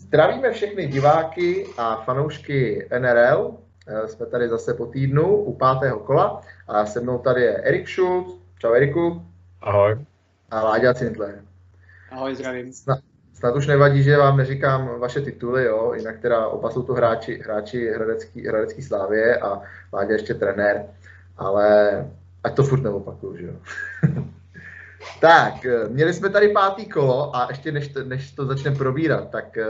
Zdravíme všechny diváky a fanoušky NRL. Jsme tady zase po týdnu u 5. kola a se mnou tady je Erik Schulz. Čau Eriku. Ahoj. A Láďa Cintler. Ahoj, zdravím. Snad už nevadí, že vám neříkám vaše tituly, jo? Jinak teda oba jsou to hráči Hradecký Slávie a Láďa ještě trenér, ale ať to furt neopakuju, že jo. Tak, měli jsme tady 5. kolo a ještě než to začneme probírat, tak...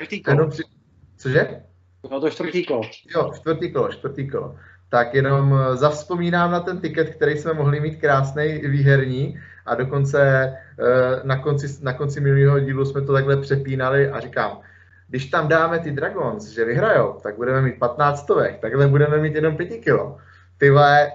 Cože? No to 4. kolo. Jo, 4. kolo. Tak jenom zavzpomínám na ten tiket, který jsme mohli mít krásný, výherní a dokonce na konci minulého dílu jsme to takhle přepínali a říkám, když tam dáme ty Dragons, že vyhrajou, tak budeme mít 15 stovek, takhle budeme mít jenom 5 kilo. Tyhle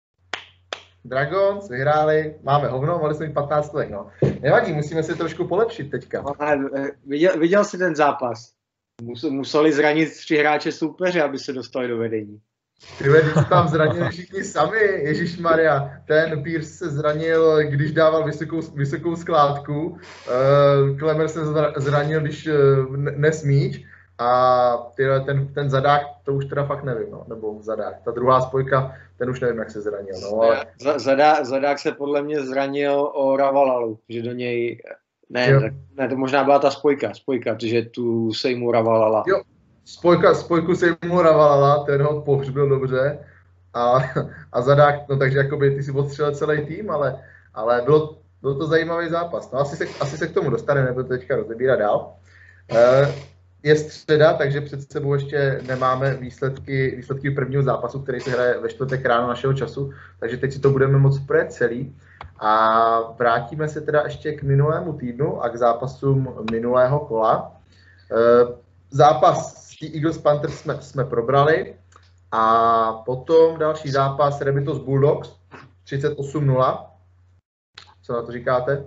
Dragons vyhráli, máme hovno, mohli jsme mít 15 stovek, no. Nevadí, musíme si trošku polepšit teďka. Viděl jsi ten zápas? Museli zranit 3 hráče soupeře, aby se dostali do vedení. Tyhle, když se tam zranili všichni sami, ježišmarja. Ten Pierce se zranil, když dával vysokou skládku, Klemer se zranil, když nes míč a ten zadák, to už teda fakt nevím, no, nebo zadák. Ta druhá spojka, ten už nevím, jak se zranil. No, ale... Zadák se podle mě zranil o Ravalalu, že do něj... Ne, to možná byla ta spojka, protože tu se jim Ravalala. Jo, spojku se jim Ravalala, ten ho pohřbil dobře a zadák, no takže jakoby ty si odstřelil celý tým, ale byl to zajímavý zápas. No asi se k tomu dostaneme, nebudu teďka rozebírat dál. Je středa, takže před sebou ještě nemáme výsledky prvního zápasu, který se hraje ve čtvrtek ráno našeho času, takže teď si to budeme moct projet celý. A vrátíme se teda ještě k minulému týdnu a k zápasům minulého kola. Zápas s Eagles Panthers jsme probrali a potom další zápas Rabbitohs Bulldogs 38-0. Co na to říkáte?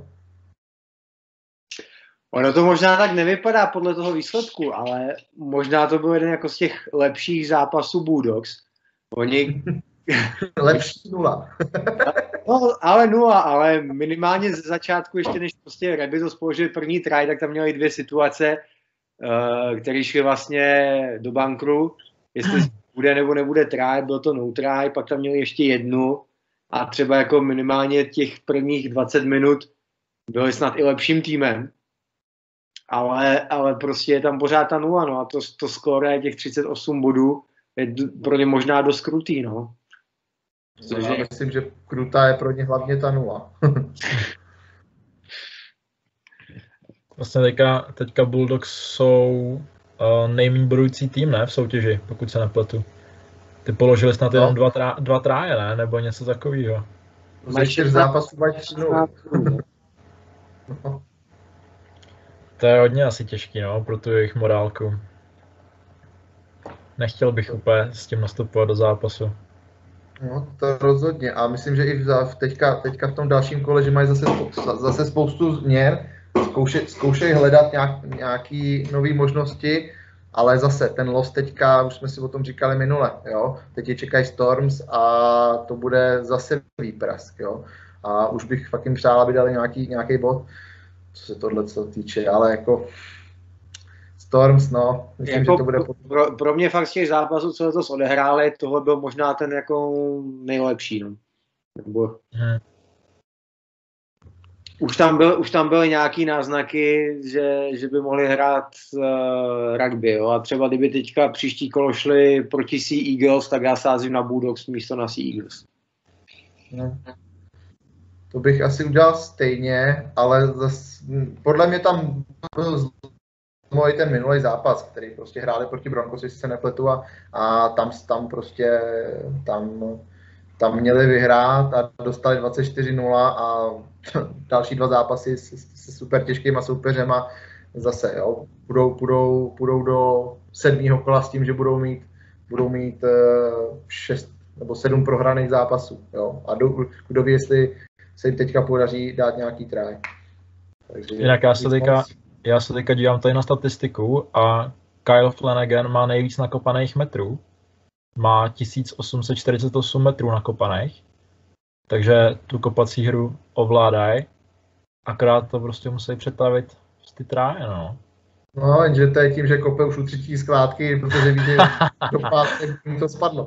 Ono to možná tak nevypadá podle toho výsledku, ale možná to byl jeden jako z těch lepších zápasů Bulldogs. Oni... Lepší 0. No, ale 0, ale minimálně z začátku, ještě než prostě Rabbitohs položili první try, tak tam měli 2 situace, které šly vlastně do bunkru. Jestli bude nebo nebude try, bylo to no try, pak tam měli ještě jednu a třeba jako minimálně těch prvních 20 minut byli snad i lepším týmem. Ale prostě je tam pořád ta 0, no a to skóre těch 38 bodů je pro ně možná dost krutý, no. Já myslím, že krutá je pro ně hlavně ta 0. Vlastně teďka Bulldogs jsou nejméně bodující tým, ne, v soutěži, pokud se nepletu. Ty položili snad jenom 2 tráje, ne, nebo něco takového. Ze 4 zápasů mají 3-0. To je hodně asi těžký, no, pro tu jejich morálku. Nechtěl bych úplně s tím nastupovat do zápasu. No, to rozhodně. A myslím, že i teďka v tom dalším kole, že mají zase spoustu změn, zkoušejí hledat nějaký nové možnosti, ale zase ten los teďka, už jsme si o tom říkali minule, jo. Teď je čekají Storms a to bude zase výprask, jo. A už bych fakt jim přál, aby dali nějaký bod, co se tohle týče, ale jako Storms, no, myslím, jako že to bude... Pro mě fakt z těch zápasů, co letos odehráli, tohle byl možná ten jako nejlepší, no. Nebo... Už tam byly nějaký náznaky, že by mohli hrát rugby, jo? A třeba kdyby teďka příští kolo šli proti Sea Eagles, tak já sázím na Bulldogs místo na Sea Eagles. No. To bych asi udělal stejně, ale podle mě tam byl ten minulý zápas, který prostě hráli proti Broncos, jestli se nepletu, a tam prostě tam měli vyhrát a dostali 24-0 a další 2 zápasy se super těžkýma soupeřema zase, jo, půjdou do 7. kola s tím, že budou mít 6 nebo 7 prohraných zápasů, jo, a kdo ví, jestli se jim teďka podaří dát nějaký try. Takže jinak já se teďka dívám tady na statistiku a Kyle Flanagan má nejvíc nakopaných metrů. Má 1848 metrů nakopaných, takže tu kopací hru ovládají, akorát to prostě musí přetavit z ty tráje, no. No, jenže to je tím, že kope už u třetí skládky, protože ví, že do páté to spadlo.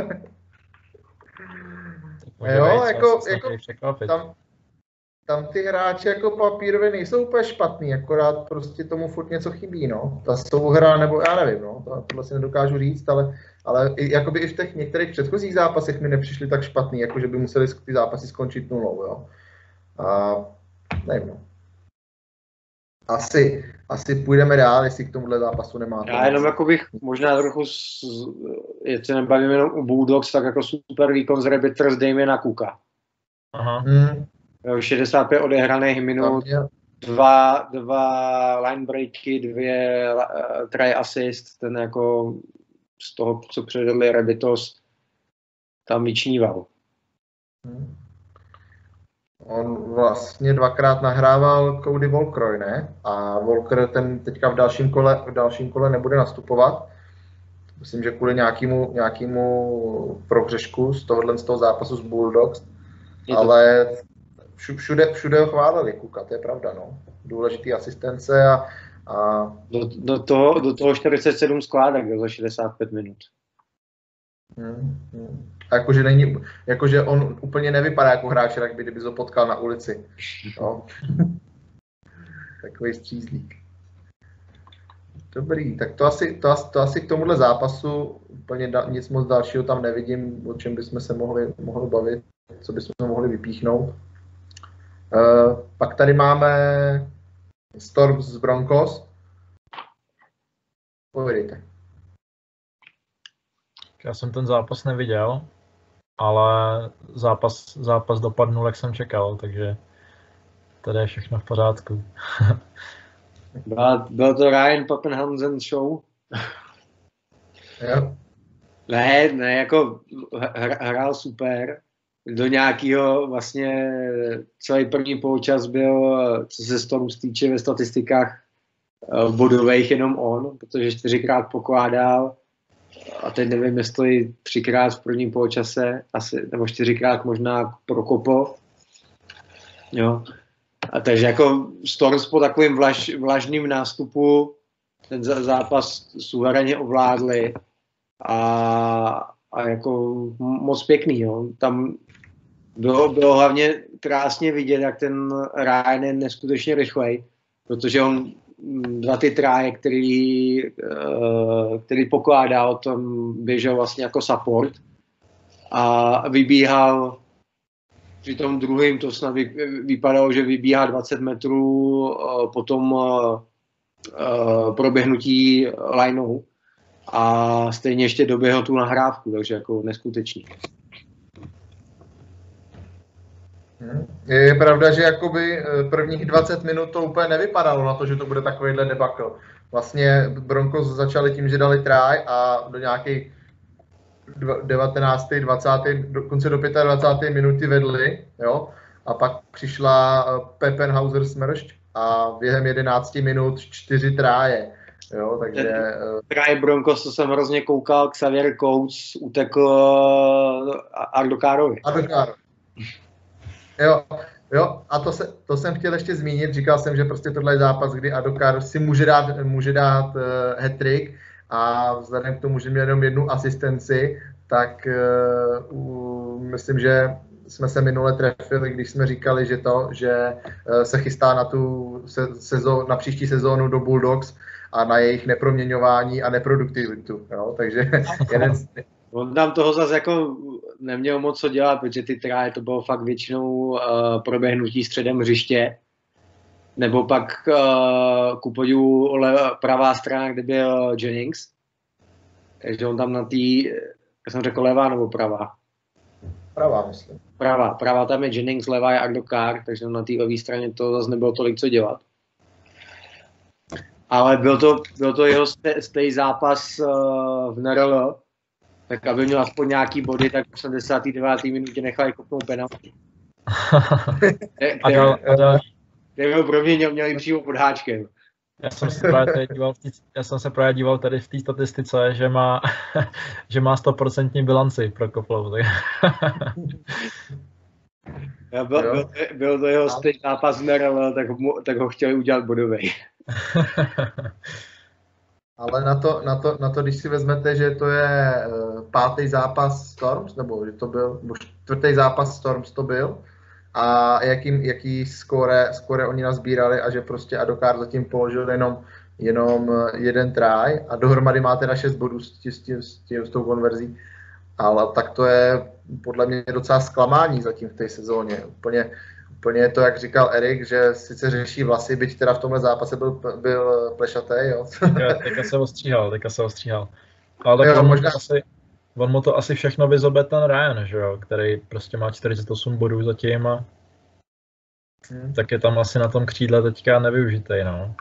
Jo, jako tam ty hráči jako papírově nejsou úplně špatný, akorát prostě tomu furt něco chybí, no. Ta souhra, nebo já nevím, no, tohle si nedokážu říct, ale jakoby i v těch některých předchozích zápasech mi nepřišly tak špatný, jako že by museli ty zápasy skončit 0, jo. A nevím, no. Asi půjdeme dál, jestli k tomuhle zápasu nemáte. Já jenom jako bych možná trochu, jestli nebavíme jenom o Bulldogs, tak jako super výkon z Rabbiters Damiana Cooka. Aha. 65 odehraných minut, dva line breaky, 2 try assist, ten jako z toho, co předvedli Rabbiters, tam vyčníval. On vlastně 2krát nahrával Cody Walker, ne? A Walker ten teďka v dalším kole nebude nastupovat. Myslím, že kvůli nějakému prohřešku z toho zápasu s Bulldogs. Ale všude ho chválili Cooka, to je pravda, no. Důležitý asistence a... Do toho 47 skládek za 65 minut. A jakože on úplně nevypadá jako hráč rugby, kdyby ho potkal na ulici. No. Takový střízlík. Dobrý, tak to asi k tomuhle zápasu úplně nic moc dalšího tam nevidím, o čem bychom se mohli bavit, co bychom mohli vypíchnout. Pak tady máme Storms z Broncos. Povědejte. Já jsem ten zápas neviděl, ale zápas dopadnul, jak jsem čekal, takže tady je všechno v pořádku. Byl to Ryan Pappenhausen show? Jo. Ne, jako hrál super. Do nějakého vlastně celý první poločas byl, co se Storms týče ve statistikách bodových, jenom on, protože 4krát pokládal. A teď nevím, jestli 3krát v prvním poločase, asi, nebo 4krát možná prokopl. Jo. A takže jako Storms po takovým vlažným nástupu ten zápas suverénně ovládli a jako moc pěkný. Jo. Tam bylo hlavně krásně vidět, jak ten Ryan je neskutečně rychlej, protože on 2 ty tráje, který pokládal, tam běžel vlastně jako support a vybíhal při tom druhým, to snad vypadalo, že vybíhá 20 metrů po tom proběhnutí lineou a stejně ještě doběhl tu nahrávku, takže jako neskutečný. Je pravda, že jakoby prvních 20 minut to úplně nevypadalo na to, že to bude takovýhle debakl. Vlastně Broncos začali tím, že dali try a do nějakých 19., 20., dokonce do 25. minuty vedli, jo? A pak přišla Pappenhauser smršť a během 11 minut 4 tráje. Jo, takže... Try Broncos, to jsem hrozně koukal, Xavier Coates utekl Ardokárovi. Jo, a to jsem chtěl ještě zmínit, říkal jsem, že prostě tohle je zápas, kdy Adokar si může dát hat-trick a vzhledem k tomu, že měl jenom 1 asistenci, tak myslím, že jsme se minule trefili, když jsme říkali, že se chystá na na příští sezónu do Bulldogs a na jejich neproměňování a neproduktivitu, jo, takže On tam toho zase jako neměl moc co dělat, protože ty tráje to bylo fakt většinou proběhnutí středem hřiště. Nebo pak ku podivu pravá strana, kde byl Jennings. Takže on tam na tý, jak jsem řekl, levá nebo pravá? Pravá, myslím. Pravá tam je Jennings, levá je Ardokar, takže na té levé straně to zase nebylo tolik co dělat. Ale byl to jeho stej zápas v NRL, tak aby měl aspoň nějaký body, tak v 79. minutě nechali kopnout penaltu. Kde pro mě měli přímo pod háčkem. Já jsem se právě díval tady v té statistice, že má 100% bilanci pro Koplou. Byl to jeho stejný zápas NRL, tak ho chtěli udělat bodovej. Ale na to, když si vezmete, že to je 5. zápas Storms, nebo že to byl, nebo 4. zápas Storms to byl, a jaký skóre oni nazbírali a že prostě Adokar zatím položil jenom jeden try a dohromady máte na 6 bodů s tou konverzí. Ale tak to je podle mě docela zklamání zatím v té sezóně. Úplně je to, jak říkal Erik, že sice řeší vlasy, byť teda v tomhle zápase byl plešatý, jo. Teďka se ostříhal. Ale tak jo, on mu to asi všechno vyzobe ten Ryan, že jo, který prostě má 48 bodů zatím a tak je tam asi na tom křídle teďka nevyužitej, no.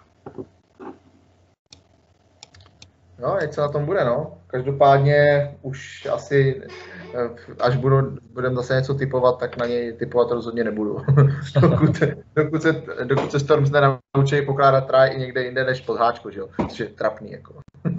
No, jak se na tom bude, no. Každopádně už asi, až budeme zase něco typovat, tak na něj typovat rozhodně nebudu. dokud se Storms nenaučí pokládat try i někde jinde než pod háčku, že jo, což je trapný, jako.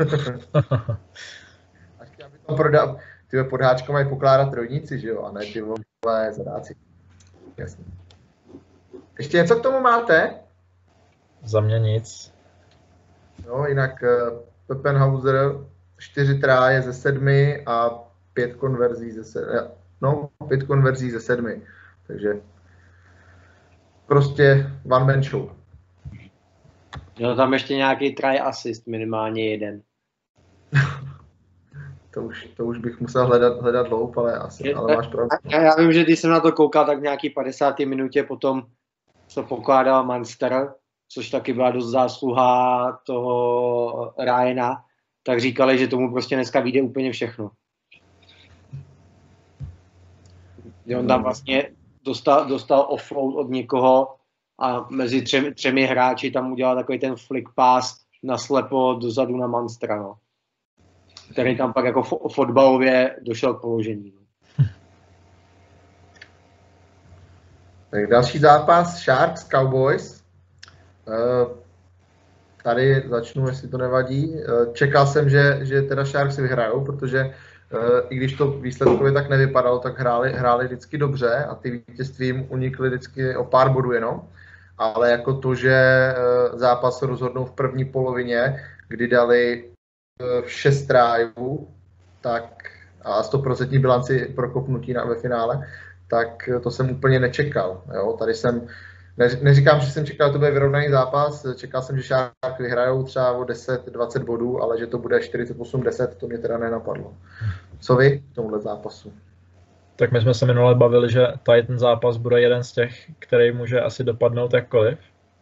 Až aby to prodal, ty pod háčkou mají pokládat trojníci, že jo, a ne ty vole zadáci. Jasně. Ještě něco k tomu máte? Za mě nic. No, jinak Peppenhauser 4 tráje ze 7 a 5 konverzí ze 7. Takže prostě one man show. No tam ještě nějaký try assist, minimálně jeden. to už bych musel hledat loup, ale máš pravdu. Já vím, že když jsem na to koukal, tak v nějaký 50. minutě potom se pokládal Munster, což taky byla dost zásluha toho Ryana, tak říkali, že tomu prostě dneska vyjde úplně všechno. On tam vlastně dostal offload od někoho a mezi třemi hráči tam udělal takový ten flick pass naslepo dozadu na Munstera, no. Který tam pak jako fotbalově došel k položení. Tak další zápas Sharks Cowboys. Tady začnu, jestli to nevadí. Čekal jsem, že teda Sharks vyhrajou, protože i když to výsledkově tak nevypadalo, tak hráli vždycky dobře a ty vítězstvím unikly vždycky o pár bodů jenom. Ale jako to, že zápas rozhodnou v první polovině, kdy dali 6 trájů, tak a 100% bilanci prokopnutí ve finále, tak to jsem úplně nečekal. Jo? Tady jsem, neříkám, že jsem čekal, že to bude vyrovnaný zápas, čekal jsem, že Sharks vyhrajou třeba o 10-20 bodů, ale že to bude 48-10, to mě teda nenapadlo. Co vy k tomuhle zápasu? Tak my jsme se minule bavili, že tady ten zápas bude jeden z těch, který může asi dopadnout jakkoliv.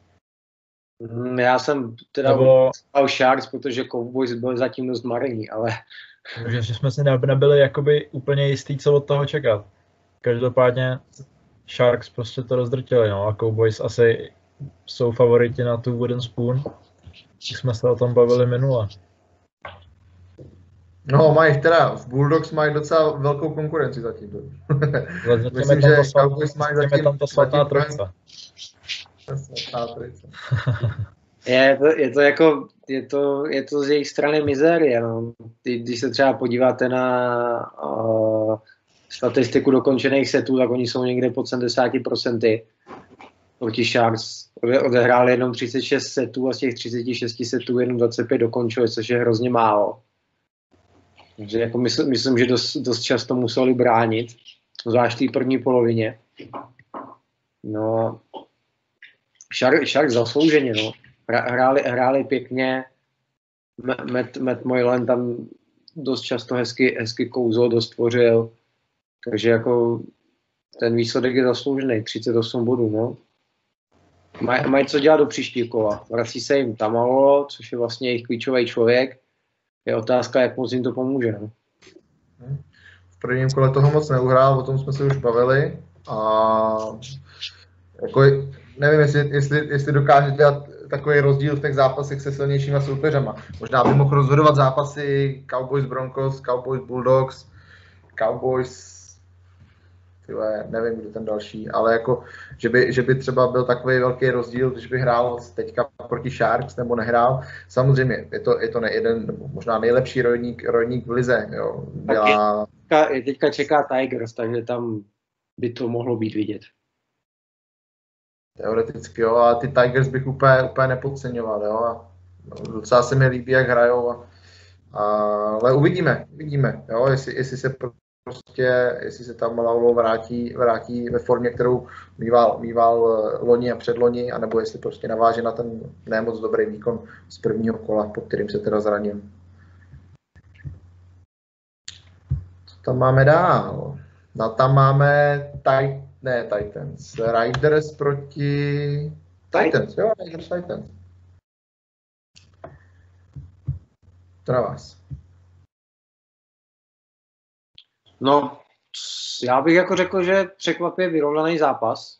Já jsem teda Sharks, protože Cowboys byli zatím dost marní, ale... Takže jsme si nebyli jakoby úplně jistý, co od toho čekat. Každopádně Sharks prostě to rozdrtili, no, a Cowboys asi jsou favoriti na tu Wooden Spoon. Když jsme se o tom bavili minule. No, mají teda, v Bulldogs mají docela velkou konkurenci zatím. Myslím, že Cowboys mají zatím... tam ta svatá trojice. Je to z jejich strany mizérie, no. Když se třeba podíváte na statistiku dokončených setů, tak oni jsou někde pod 70% proti Sharks. Odehráli jenom 36 setů a z těch 36 setů jenom 25 dokončili, což je hrozně málo. Takže jako myslím, že dost často museli bránit, zvlášť v té první polovině. No, Sharks zaslouženě, no. Hráli pěkně, Matt Moylan tam dost často hezky kouzl, dost tvořil, takže jako ten výsledek je zasloužený, 38 bodů, no. Mají co dělat do příští kola. Vrací se jim Tamalo, což je vlastně jejich klíčový člověk. Je otázka, jak moc jim to pomůže, no. V prvním kole toho moc neuhrál, o tom jsme se už bavili a jako, nevím, jestli dokáže dělat takový rozdíl v těch zápasech se silnějšíma soupeřama. Možná by mohl rozhodovat zápasy Cowboys Broncos, Cowboys Bulldogs, Cowboys, nevím, kdo ten další, ale jako, že by třeba byl takový velký rozdíl, když by hrál teďka proti Sharks nebo nehrál. Samozřejmě, je to jeden, nebo možná nejlepší rojník v lize. Jo. Teďka čeká Tigers, takže tam by to mohlo být vidět. Teoreticky, jo, a ty Tigers bych úplně nepodceňoval, jo. A docela se mi líbí, jak hrajou. Ale uvidíme, jo, jestli se tam Laulo vrátí ve formě, kterou mýval loni a předloni, anebo jestli prostě naváže na ten nemoc dobrý výkon z prvního kola, pod kterým se teda zranil. Co tam máme dál? No, tam máme Titans. Riders proti Titans, jo, Riders Titans. To na vás. No, já bych jako řekl, že překvapivě vyrovnaný zápas.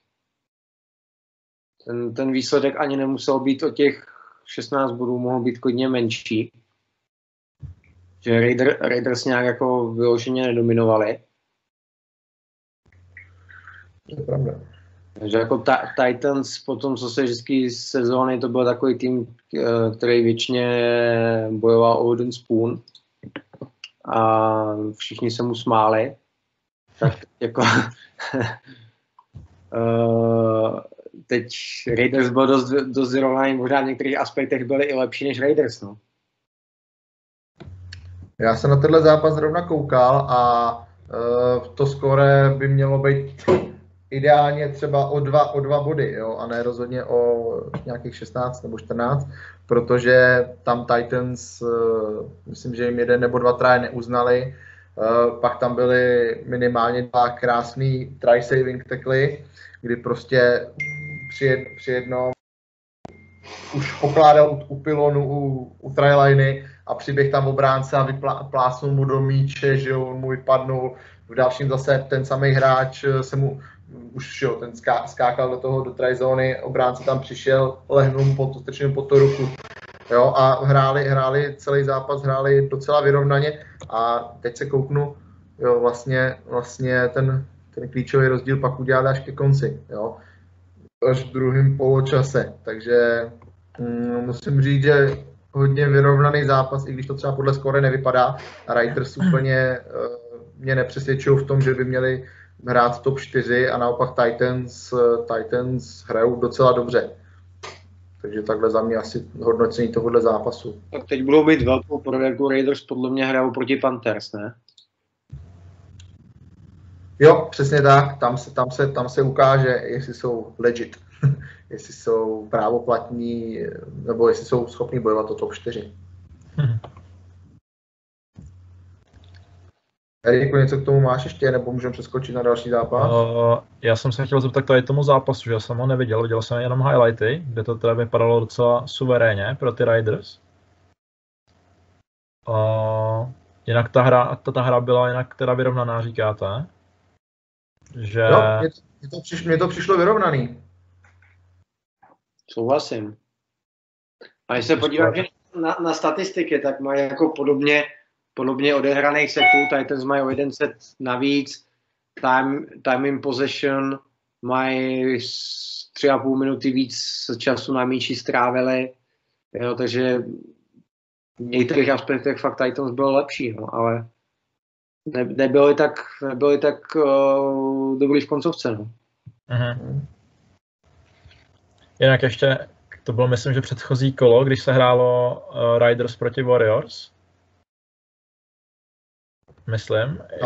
Ten výsledek ani nemusel být o těch 16 bodů, mohl být klidně menší. Že Raiders nějak jako vyloženě nedominovali. To je pravda. Takže jako Titans po tom, co se vždycky z sezóny, to byl takový tým, který většině bojoval o Wooden Spoon a všichni se mu smáli. Tak jako teď Raiders byl dost vyrovnaný, možná v některých aspektech byli i lepší než Raiders, no. Já jsem na tenhle zápas zrovna koukal a to skóre by mělo být ideálně třeba o dva body, jo, a ne rozhodně o nějakých 16 nebo 14, protože tam Titans, myslím, že jim 1 nebo 2 try neuznali, pak tam byly minimálně 2 krásný try saving tackly, kdy prostě při jednom už pokládal u pilonu, u tryliny a přiběh tam obránce a plásnul mu do míče, že on mu vypadnul. V dalším zase ten samý hráč se mu už jo, ten skákal do tryzóny, obránce tam přišel, lehnul mu strčil pod tu ruku. Jo, a hráli celý zápas, hráli docela vyrovnaně a teď se kouknu, jo, vlastně ten klíčový rozdíl pak udělali až ke konci, jo, až v druhém poločase, takže musím říct, že hodně vyrovnaný zápas, i když to třeba podle skóre nevypadá. A Raiders úplně mě nepřesvědčují v tom, že by měli hrát top 4 a naopak Titans hrajou docela dobře. Takže takhle za mě asi hodnocení tohohle zápasu. Tak teď budou mít velkou prověrku. Raiders podle mě hrajou proti Panthers, ne? Jo, přesně tak. Tam se ukáže, jestli jsou legit. Jestli jsou právoplatní, nebo jestli jsou schopní bojovat o top 4. Eriku, něco k tomu máš ještě, nebo můžeme přeskočit na další zápas? Já jsem se chtěl zeptat tady tomu zápasu, že já jsem ho neviděl, viděl jsem jenom highlighty, kde to teda vypadalo docela suverénně pro ty Raiders. Jinak ta hra byla jinak teda vyrovnaná, říkáte? Že... Jo, mně to přišlo vyrovnaný. Souhlasím. A když se podíváte na statistiky, tak mají jako podobně odehraných setů. Titans mají o 1 set navíc. Time in possession mají 3,5 minuty víc času na míči strávili. Jo, takže v některých aspektech fakt Titans byl lepší, no, ale nebyli tak dobrý v koncovce. No. Jinak ještě, to bylo myslím, že předchozí kolo, když se hrálo Riders proti Warriors. Myslím, no,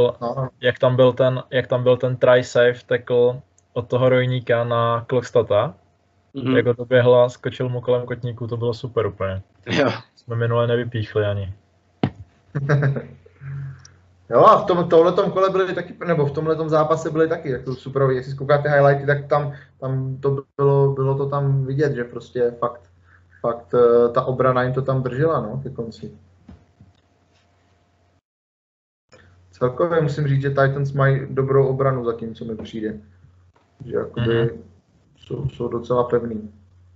jak tam byl ten try save tackle od toho rojníka na Klokstata. Jak ho doběhla, skočil mu kolem kotníku, to bylo super úplně. Jo. Jsme minule nevypíchli ani. Jo, a v tomhletom kole byly taky, nebo v tomhletom zápase byly taky jako super. Jestli zkoukáte highlighty, tak tam to bylo to tam vidět, že prostě fakt ta obrana jim to tam držela, no, ke konci. Celkově musím říct, že Titans mají dobrou obranu zatím, co mi přijde. Že jakoby jsou docela pevný.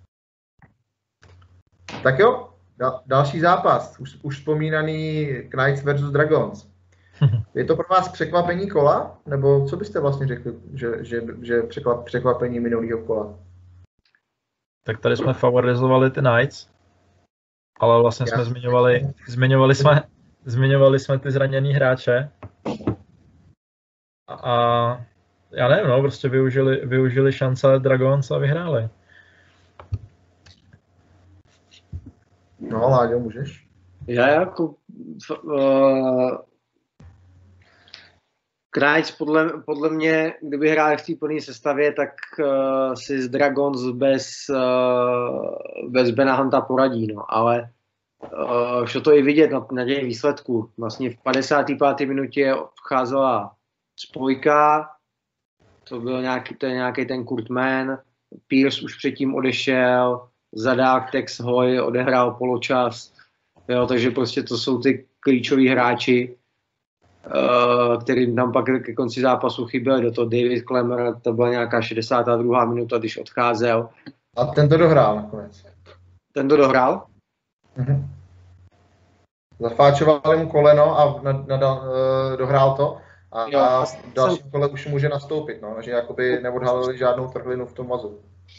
Tak jo, další zápas. Už vzpomínaný Knights versus Dragons. Je to pro vás překvapení kola? Nebo co byste vlastně řekli, že překvapení minulého kola? Tak tady jsme favorizovali ty Knights, ale vlastně jsme zmiňovali jsme ty zraněný hráče a já nevím, no, prostě využili šance Dragons a vyhráli. No, Láďo, můžeš? Já jako Knights podle mě, kdyby hráli v té plné sestavě, tak si z Dragons bez Bena Hunta poradí, no, ale šlo to i vidět na těch výsledku. Vlastně v 55. minutě odcházela spojka, to je nějaký ten Kurtman, Pierce už předtím odešel, Zadák, Tex Hoy odehrál poločas, jo, takže prostě to jsou ty klíčoví hráči, kterým tam pak ke konci zápasu chyběl. Do toho David Klemmer, to byla nějaká 62. minuta, když odcházel. A ten to dohrál nakonec. Ten to dohrál? Mhm. Zafáčovali mu koleno a dohrál to. A v dalším kole už může nastoupit, no, že jakoby neodhalili žádnou trhlinu v tom vazu.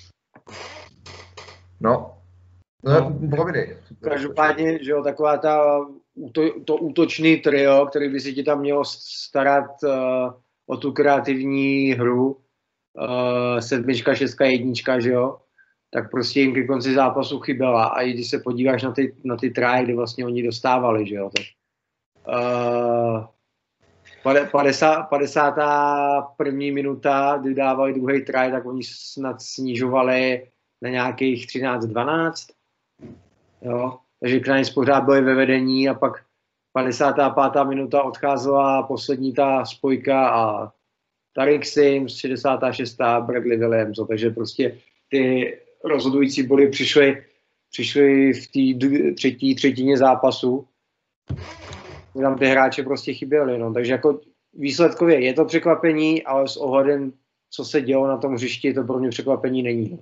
No. Povídej. Každopádně, že jo, taková to útočný trio, který by si ti tam mělo starat o tu kreativní hru, 7, 6, 1, že jo, tak prostě jim ke konci zápasu chyběla. A i když se podíváš na ty try, kdy vlastně oni dostávali, že jo, tak 51. minuta, kdy dávali druhý try, tak oni snad snižovali na nějakých 13-12. Jo. Takže Knights pořád byli ve vedení a pak 55. minuta odcházela poslední ta spojka a Tariq Sims, 66. Bradley Williams. Takže prostě ty rozhodující body přišly v té třetí třetině zápasu. Tam ty hráče prostě chyběli. No. Takže jako výsledkově je to překvapení, ale s ohledem, co se dělo na tom hřišti, to pro mě překvapení není.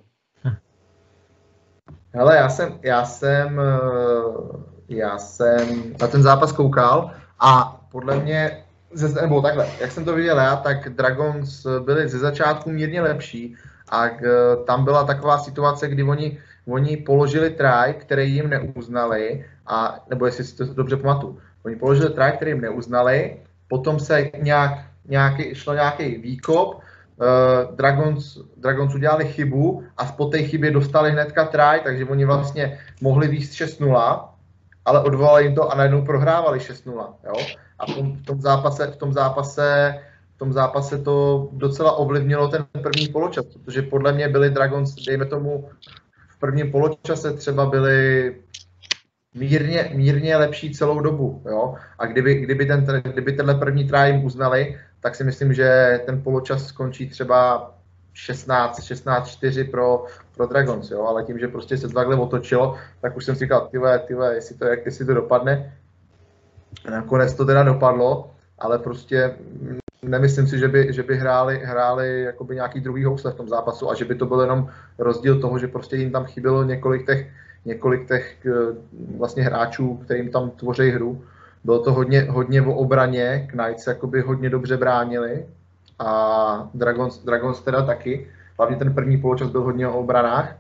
Hele, já jsem na ten zápas koukal a podle mě, nebo takhle, jak jsem to viděl já, tak Dragons byli ze začátku mírně lepší a tam byla taková situace, kdy oni položili try, který jim neuznali, nebo jestli si to dobře pamatuju, oni položili try, který jim neuznali, potom se šlo nějaký výkop, Dragons udělali chybu a po té chybě dostali hnedka try, takže oni vlastně mohli výst 6-0, ale odvolali jim to a najednou prohrávali 6-0. Jo? A v tom zápase to docela ovlivnilo ten první poločas, protože podle mě byli Dragons, dejme tomu, v prvním poločase třeba byli mírně lepší celou dobu. Jo? A kdyby tenhle první try jim uznali, tak si myslím, že ten poločas skončí třeba 16-4 pro Dragons, jo? Ale tím, že prostě se to takhle otočilo, tak už jsem si říkal, tyhle, jestli to dopadne. Nakonec to teda dopadlo, ale prostě nemyslím si, že by hráli jakoby nějaký druhý housle v tom zápasu a že by to byl jenom rozdíl toho, že prostě jim tam chybělo několik těch vlastně hráčů, kterým tam tvoří hru. Bylo to hodně o obraně, Knights jakoby hodně dobře bránili a Dragons teda taky. Hlavně ten první poločas byl hodně o obranách.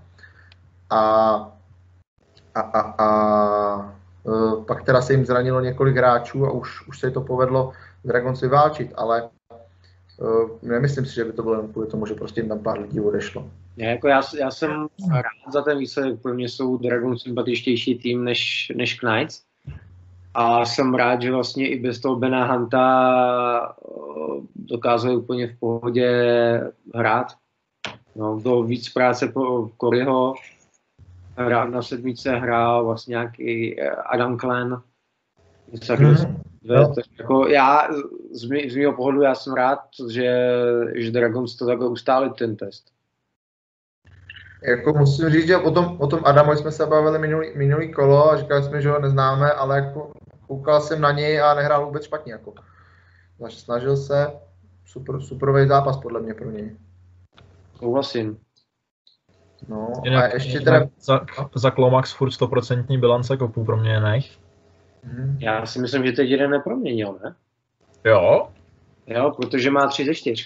Pak teda se jim zranilo několik hráčů a už se to povedlo Dragons vyválčit, ale nemyslím si, že by to bylo jen kvůli tomu, že prostě jim tam pár lidí odešlo. Jako já jsem rád za ten výsledek, pro mě jsou Dragons sympatičtější tým než Knights. A jsem rád, že vlastně i bez toho Bena Hunta dokázali úplně v pohodě hrát. No, bylo víc práce po Coreyho, na 7 hrál vlastně nějaký Adam Klen. Jako já z mého pohledu já jsem rád, že Dragons to takhle ustáli ten test. Jako musím říct, že o tom Adamovi jsme se bavili minulý kolo a říkali jsme, že ho neznáme, ale jako koukal jsem na něj a nehrál vůbec špatně. Jako. Snažil se, superový zápas podle mě pro něj. Souhlasím. No, jinak, a ještě teda... Za Klomax furt 100% bilance kopů proměněných. Já si myslím, že teď jeden neproměnil, ne? Jo? Jo, protože má 3 ze 4.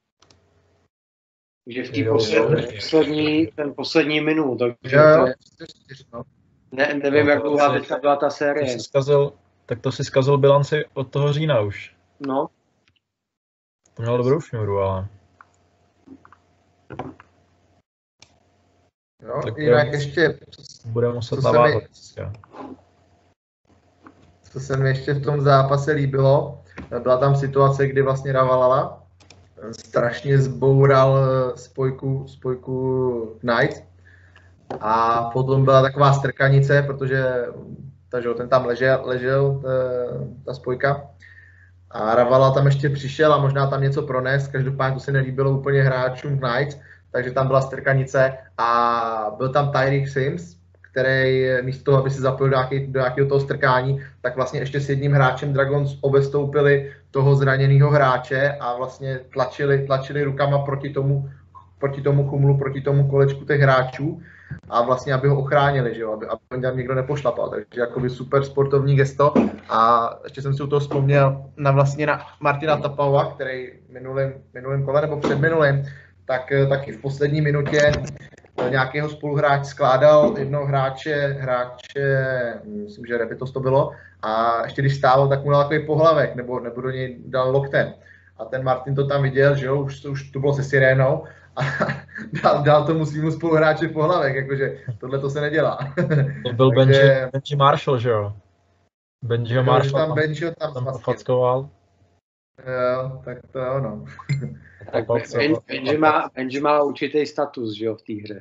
Takže v té poslední minut. Takže nevím, jak dlouhá teďka byla ta série. Tak to si zkazil bilanci od toho října už. No. To mělo dobrou šňůru, ale... Jo, Tak jinak ještě, bude muset co navázat. co se mi ještě v tom zápase líbilo, byla tam situace, kdy vlastně Ravalala strašně zboural spojku Knight a potom byla taková strkanice, takže ten tam ležel ta spojka a Ravala tam ještě přišel a možná tam něco prones, každopádně to se nelíbilo úplně hráčům Knights, takže tam byla strkanice a byl tam Tyreek Sims, který místo toho, aby se zapojil do nějakého toho strkání, tak vlastně ještě s jedním hráčem Dragons obestoupili toho zraněného hráče a vlastně tlačili rukama proti tomu chumlu, proti tomu kolečku těch hráčů a vlastně, aby ho ochránili, že jo, aby tam někdo nepošlapal, takže jakoby super sportovní gesto a ještě jsem si u toho vzpomněl na Martina Tapava, který minulým kole nebo předminulým, tak taky v poslední minutě nějakého spoluhráč skládal jednoho hráče, myslím, že Rebitos to bylo, a ještě když stával, tak mu dal takový pohlavek, nebo do něj dal loktem. A ten Martin to tam viděl, že jo, už to bylo se sirénou, a dal tomu svýmu spoluhráči pohlavek, jakože tohle to se nedělá. To byl Benji Marshall, že jo? Benji Marshall tam pofackoval. Jo, tak to je ono. Benji má určitý status, že jo, v té hře.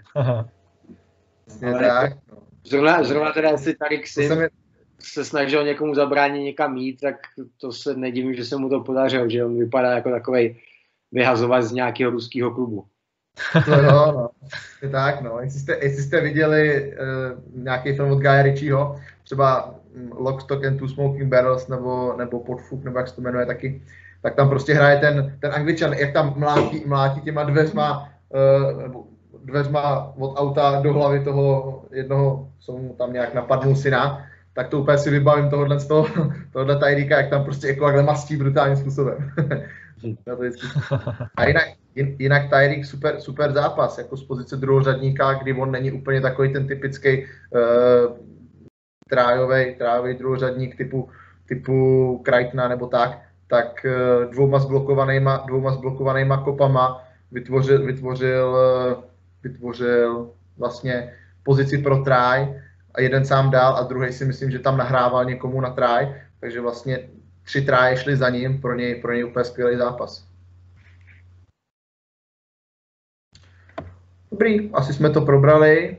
Tak, no. Zrovna teda, jestli Tyreek Sims se snažil někomu zabránit někam jít, tak to se nedivím, že se mu to podařilo, že on vypadá jako takovej vyhazovat z nějakého ruského klubu. To jo, no. Tak, no. Jestli jste viděli nějaký film od Guya Ritchieho, třeba Lock, Stock and Two Smoking Barrels nebo Podfuk, nebo jak se to jmenuje taky, tak tam prostě hraje ten Angličan, jak tam mlátí těma dveřma od auta do hlavy toho jednoho, co mu tam nějak napadnul syna, tak to úplně si vybavím tohohle Tyreeka, jak tam prostě jako takhle mastí brutálním způsobem. A jinak Tyreek super zápas, jako z pozice druhořadníka, kdy on není úplně takový ten typický trájový druhořadník typu Krajtna nebo tak dvouma zblokovanýma kopama vytvořil vlastně pozici pro tráj a jeden sám dál a druhý si myslím, že tam nahrával někomu na tráj, takže vlastně 3 tráje šly za ním, pro něj úplně skvělý zápas. Dobrý, asi jsme to probrali.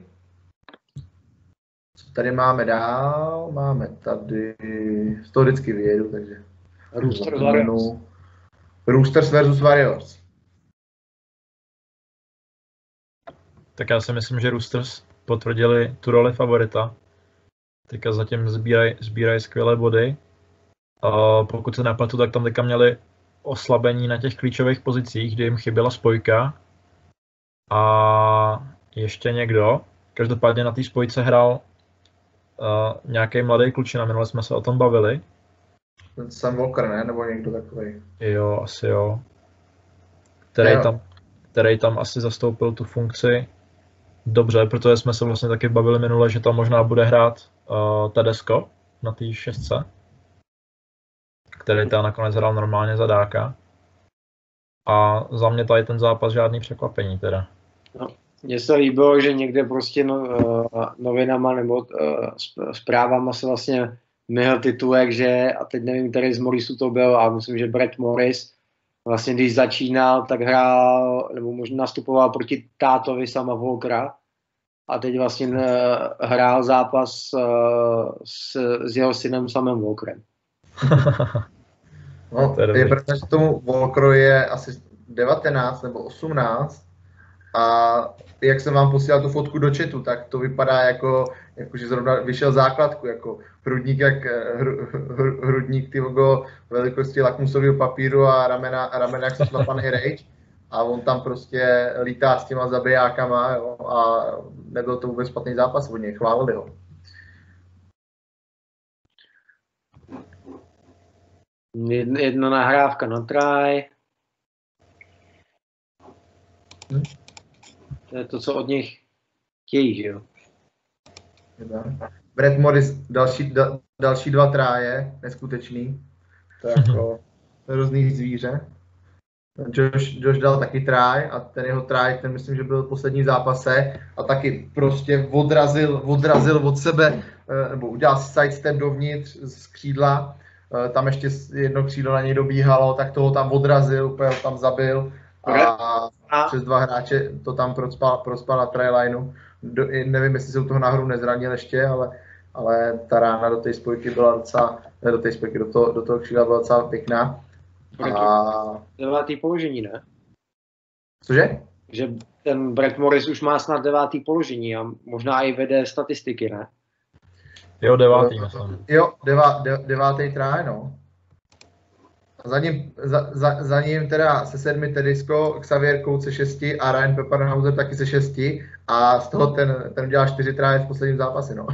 Co tady máme dál? Máme tady, z toho vždycky vyjedu, takže Roosters versus Warriors. Tak já si myslím, že Roosters potvrdili tu roli favorita. Teďka zatím sbírají skvělé body. A pokud se nepletu, tak tam teďka měli oslabení na těch klíčových pozicích, kde jim chyběla spojka. A ještě někdo. Každopádně na té spojce hrál nějaký mladý klučina, minule jsme se o tom bavili. Ten Sam Walker, ne? Nebo někdo takový. Jo, asi jo. Který tam asi zastoupil tu funkci dobře, protože jsme se vlastně taky bavili minule, že tam možná bude hrát Tedesco na té 6, který tam nakonec hrál normálně za dáka. A za mě tady ten zápas žádný překvapení teda. No, mně se líbilo, že někde prostě novinama nebo zprávama se vlastně myhl titulek, že, a teď nevím, který z Morrisu to byl, a myslím, že Brett Morris, vlastně když začínal, tak hrál, nebo možná nastupoval proti tátovi Sama Walkera a teď vlastně hrál zápas s jeho synem Samem Walkerem. No, je pravda, že tomu Walkeru je asi 19 nebo 18 a jak jsem vám posílal tu fotku do chatu, tak to vypadá jako že zrovna vyšel základku, jako hrudník tyho velikosti lakmusového papíru a ramena jak zašlapaný rage a on tam prostě lítá s těma zabijákama, jo, a nebyl to vůbec špatný zápas od něj, chválili ho. Jedna nahrávka na try. To je to, co od nich chtějí, že jo? Brett Morris, další 2 tráje, neskutečný. To je jako hrozný zvíře. Josh dal taky try a ten jeho try, ten myslím, že byl v posledním zápase a taky prostě odrazil od sebe, nebo udělal sidestep dovnitř z křídla, tam ještě jedno křídlo na něj dobíhalo, tak toho tam odrazil, úplně ho tam zabil a přes 2 hráče to tam prospal na trylineu. Nevím, jestli se u toho náhodou nezranil ještě, ale ta rána do té spojky byla docela, do toho křídla byla docela pěkná. A 9. položení, ne? Cože? Že ten Brett Morris už má snad 9. položení a možná i vede statistiky, ne? Jo, 9. myslím. Jo, 9. try, no. Za ním teda se 7 Tedisco, Xavier Coates se 6 a Ryan Peppenhauser taky se 6 a z toho ten dělal 4 try v posledním zápase, no.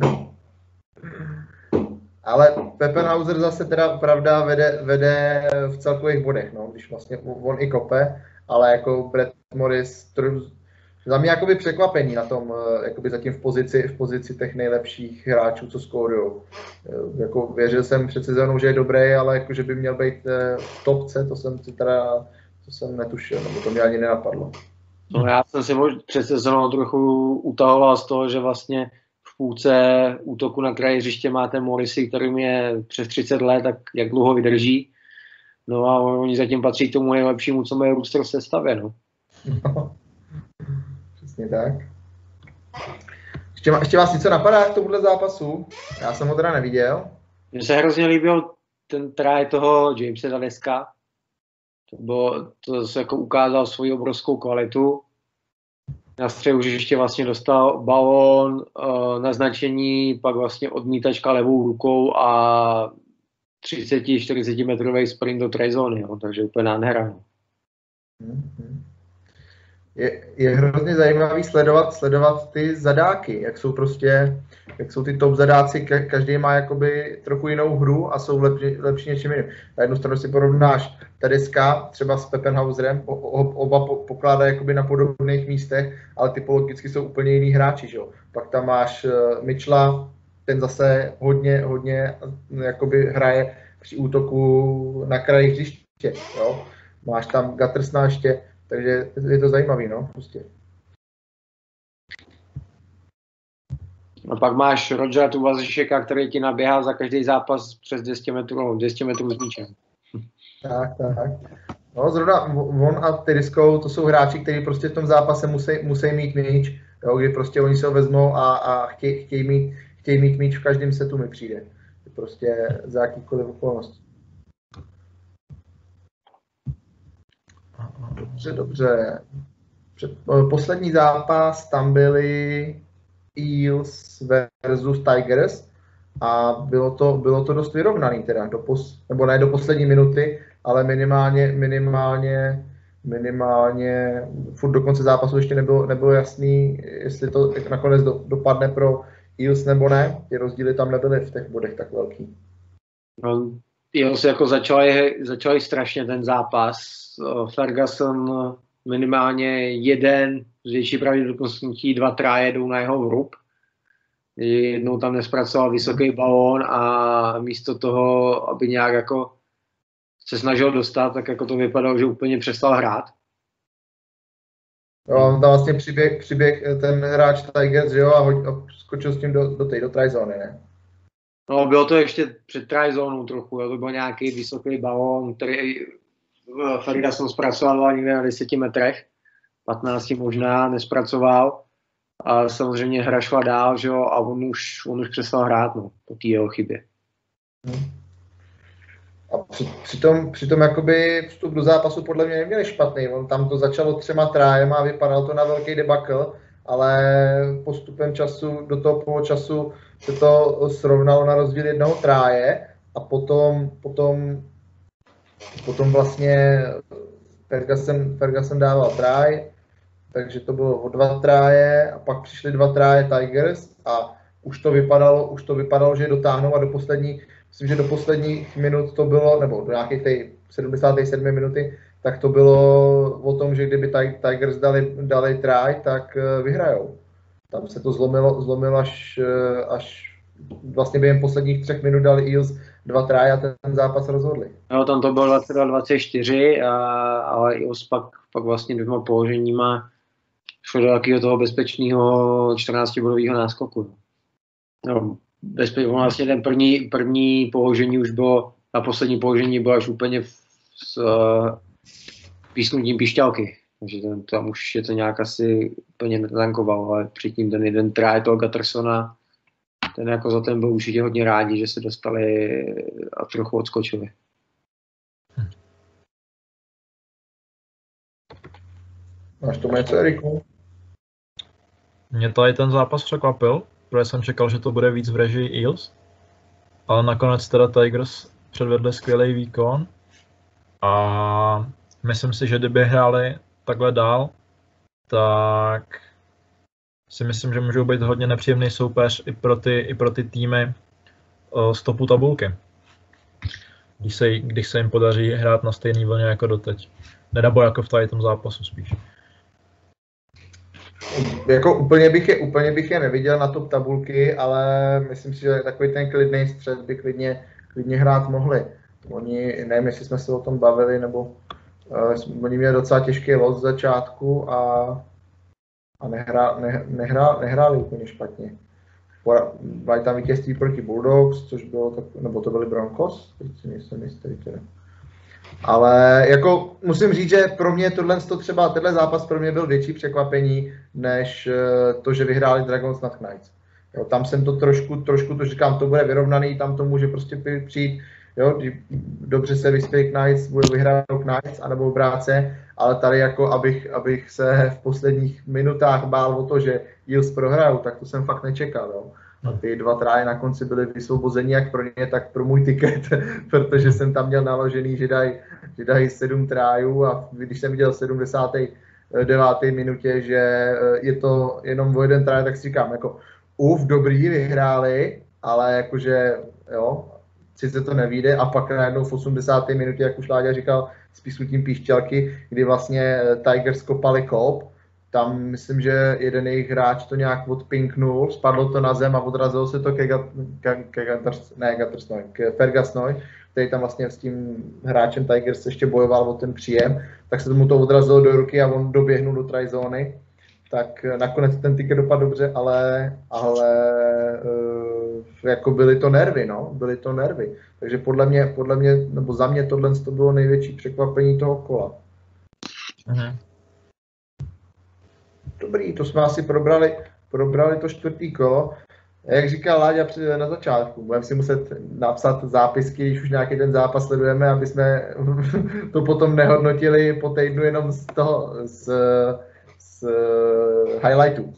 Ale Peppenhauser zase teda pravda vede v celkových bodech, no, když vlastně on i kope, ale jako Brett Morris za mě jakoby překvapení na tom, jakoby zatím v pozici těch nejlepších hráčů, co skórujou. Jako věřil jsem před sezónou, že je dobrý, ale jako, že by měl být v topce, to jsem netušil, nebo to mě ani nenapadlo. No, já jsem si před sezónou trochu utahoval z toho, že vlastně v půlce útoku na kraji hřiště máte Morrisy, kterým je přes 30 let, tak jak dlouho vydrží. No a oni zatím patří k tomu nejlepšímu, co mají roster v sestavě, no. Přesně tak. Ještě vás něco napadá k tomuhle zápasu? Já jsem ho teda neviděl. Mně se hrozně líbil ten try toho Jamesa Dadeska. To se jako ukázal svoji obrovskou kvalitu. Na střehu už ještě vlastně dostal balón, naznačení, pak vlastně odmítačka levou rukou a 30-40 metrový sprint do tryzóny, takže úplně nádhera. Je hrozně zajímavý sledovat ty zadáky, jak jsou ty top zadáci, každý má jakoby trochu jinou hru a jsou lepší něčím jiným. Na jednu stranu si porovnáš Tedeska třeba s Peppenhauserem, oba pokládají jakoby na podobných místech, ale typologicky jsou úplně jiný hráči, že jo. Pak tam máš Mitchella, ten zase hodně jakoby hraje při útoku na kraji hřiště, jo. Máš tam Guttersona ještě, takže je to zajímavý, no, prostě. A pak máš Rogera Tuvazišeka, který ti naběhá za každý zápas přes 200 metrů s míčem. Tak. No, zrovna on a Tedisco, to jsou hráči, kteří prostě v tom zápase musí mít míč, jo, kdy prostě oni se ho vezmou a chtějí mít míč v každém setu, mi přijde. Prostě za jakýkoliv okolností. Dobře. Poslední zápas, tam byli Eels versus Tigers a bylo to dost vyrovnaný teda, nebo ne do poslední minuty, ale minimálně furt do konce zápasu ještě nebylo jasný, jestli to nakonec dopadne pro Eels nebo ne. Ty rozdíly tam nebyly v těch bodech tak velký. No, Eels jako začali strašně ten zápas. Ferguson minimálně jeden, z větší pravděpodobností 2 tráje jdou na jeho vrub. Jednou tam nespracoval vysoký balón a místo toho, aby nějak jako se snažil dostat, tak jako to vypadalo, že úplně přestal hrát. No, tam vlastně přiběh ten hráč Tigers, jo, a skočil s tím do tryzóny, ne? No, bylo to ještě před tryzónou trochu, jo. To byl nějaký vysoký balón, který Ferguson zpracoval někde na 10 metrech, 15 možná, nespracoval. A samozřejmě hra šla dál, že jo, a on už přestal hrát, no, po té jeho chybě. A přitom jakoby vstup do zápasu podle mě neměl špatný. On tam to začalo 3 trájem a vypadalo to na velký debakl, ale postupem času, do toho poločasu se to srovnalo na rozdíl 1 tráje a potom vlastně Ferguson dával tráj, takže to bylo o 2 tráje a pak přišly 2 tráje Tigers a už to vypadalo, že je dotáhnou a myslím, že do posledních minut to bylo, nebo do nějakých té 77 minuty, tak to bylo o tom, že kdyby Tigers dali tráj, tak vyhrajou. Tam se to zlomilo až vlastně během posledních 3 minut dali Eels 2 try a ten zápas rozhodli. No, tam to bylo 22-24, ale Eels pak vlastně 2 položeníma šlo do takového toho bezpečného 14-bodového náskoku. No, vlastně ten první položení už bylo, a poslední položení bylo až úplně s písknutím píšťalky. Takže tam už je to nějak asi úplně netankoval, ale předtím ten jeden try toho Guttersona, ten jako za ten byl určitě hodně rádi, že se dostali a trochu odskočili. Máš tomu něco, Eriku? Mě tady ten zápas překvapil, protože jsem čekal, že to bude víc v režii Eels, ale nakonec teda Tigers předvedli skvělý výkon a myslím si, že kdyby hráli takhle dál, tak si myslím, že můžou být hodně nepříjemný soupeř i pro ty týmy z topu tabulky, když se jim podaří hrát na stejný vlně jako doteď. Nebo jako v tady tom zápasu spíš. Jako úplně bych je neviděl na top tabulky, ale myslím si, že takový ten klidný střed by klidně hrát mohli. Oni, nevím, jestli jsme se o tom bavili, nebo oni měli docela těžký los z začátku a nehráli úplně špatně. Mají tam vítězství proti Bulldogs, což bylo, nebo to byli Broncos, teď si nejsem jistý teda. Ale jako musím říct, že pro mě tenhle zápas pro mě byl větší překvapení, než to, že vyhráli Dragons nad Knights. Jo, tam jsem to trošku to říkám, to bude vyrovnaný, tam to může prostě přijít, jo, dobře se vyspějí Knights, bude vyhrát Knights, anebo obráce, ale tady jako abych se v posledních minutách bál o to, že Eels prohrajou, tak to jsem fakt nečekal, jo. A ty 2 try na konci byly vysvobození jak pro ně, tak pro můj tiket, protože jsem tam měl naložený, že dají 7 tryů a když jsem viděl v 79. minutě, že je to jenom o 1 try, tak si říkám, jako dobrý, vyhráli, ale jakože, jo, sice to nevyjde a pak najednou v 80. minutě, jak už Láďa říkal, s písknutím píšťalky, kdy vlastně Tigers kopali kop, tam myslím, že jeden jejich hráč to nějak odpinknul, spadlo to na zem a odrazilo se to k Fergusonovi, který tam vlastně s tím hráčem Tigers ještě bojoval o ten příjem, tak se mu to odrazilo do ruky a on doběhnul do try zóny. Tak nakonec ten ticket dopadl dobře, ale jako byly to nervy. Takže podle mě, nebo za mě tohle to bylo největší překvapení toho kola. Mhm. Dobrý, to jsme asi probrali to 4. kolo. Jak říkal Láďa na začátku, budeme si muset napsat zápisky, když už nějaký ten zápas sledujeme, aby jsme to potom nehodnotili po týdnu jenom z highlightů.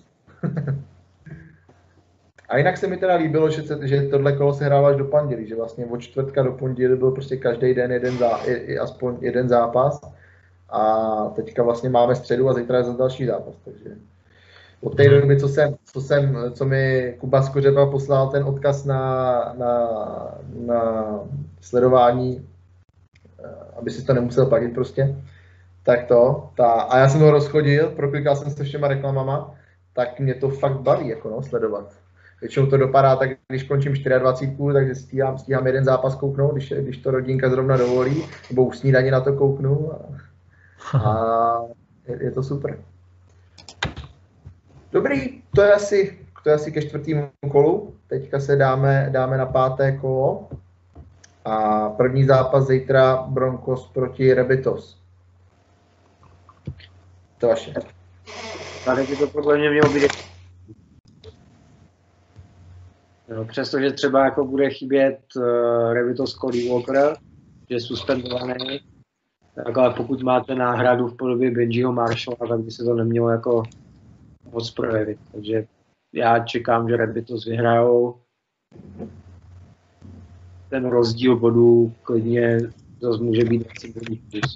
A jinak se mi teda líbilo, že tohle kolo se hrálo až do pondělí, že vlastně od čtvrtka do pondělí byl prostě každý den aspoň jeden zápas. A teďka vlastně máme středu a zítra je zase další zápas, takže od té doby, co mi Kuba Skořepa poslal ten odkaz na sledování, aby si to nemusel platit prostě, a já jsem ho rozchodil, proklikal jsem se všema reklamama, tak mě to fakt baví jako sledovat. Většinou to dopadá tak, když končím 24, takže stíhám jeden zápas kouknout, když to rodinka zrovna dovolí, nebo už snídaně na to kouknu a je to super. Dobrý, to je asi ke 4. kolu. Teďka se dáme na 5. kolo. A první zápas zítra Broncos proti Rabbitohs. To vaše. Tady by to podle mě mělo být. No, přestože třeba jako bude chybět Rabbitohs Cody Walker, že je suspendovaný, tak ale pokud máte náhradu v podobě Benjiho Marshalla, tak by se to nemělo jako moc projevit. Takže já čekám, že Rabbitohs vyhrajou. Ten rozdíl bodů klidně zase může být 20 bodů plus.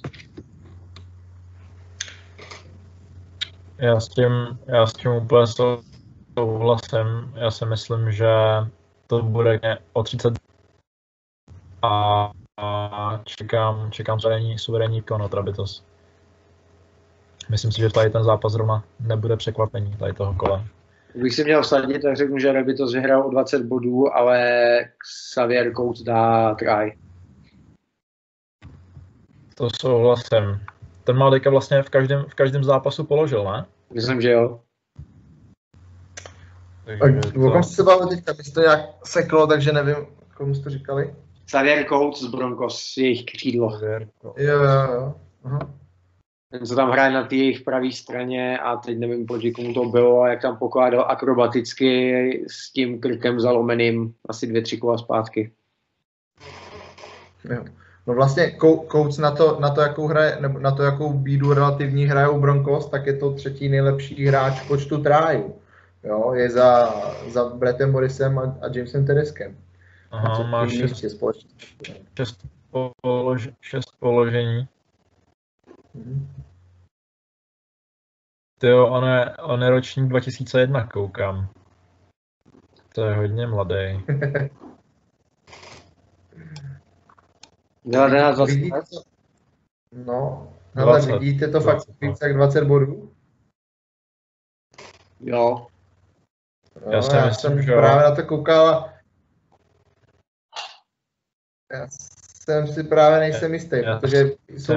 Já s tím úplně souhlasím. Já si myslím, že to bude o 30 a čekám suverénní výkon od Rabbitohs. Myslím si, že tady ten zápas zrovna nebude překvapení tady toho kola. Kdybych si měl vsadit, tak řeknu, že Rabbitohs vyhrál o 20 bodů, ale Xavier Coates dá try. To souhlasím. Ten má teďka vlastně v každém zápasu položil, ne? Myslím, že jo. O kom jste se bavili teďka? My to nějak seklo, takže nevím, komu jste to říkali. Xavier Coates z Broncos, jejich křídlo. Jo. Aha. Ten, co tam hraje na té jejich pravé straně a teď nevím, proti komu to bylo a jak tam pokládal akrobaticky s tím krkem zalomeným asi 2-3 kola zpátky. Jo. No vlastně Coates na to, jakou hraje, nebo na to, jakou bídu relativní hrajou Broncos, tak je to třetí nejlepší hráč v počtu trájů. Jo, je za Brettem Morrisem a Jamesem Tedeskem. Aha, má 6 položení. Tyjo, on je ročník 2001, koukám. To je hodně mladý. 19-20. No, hele, vidíte to 20, fakt víc jak 20 bodů? Jo. No, já jsem právě na to koukal. Já jsem si právě nejsem jistý, protože jsou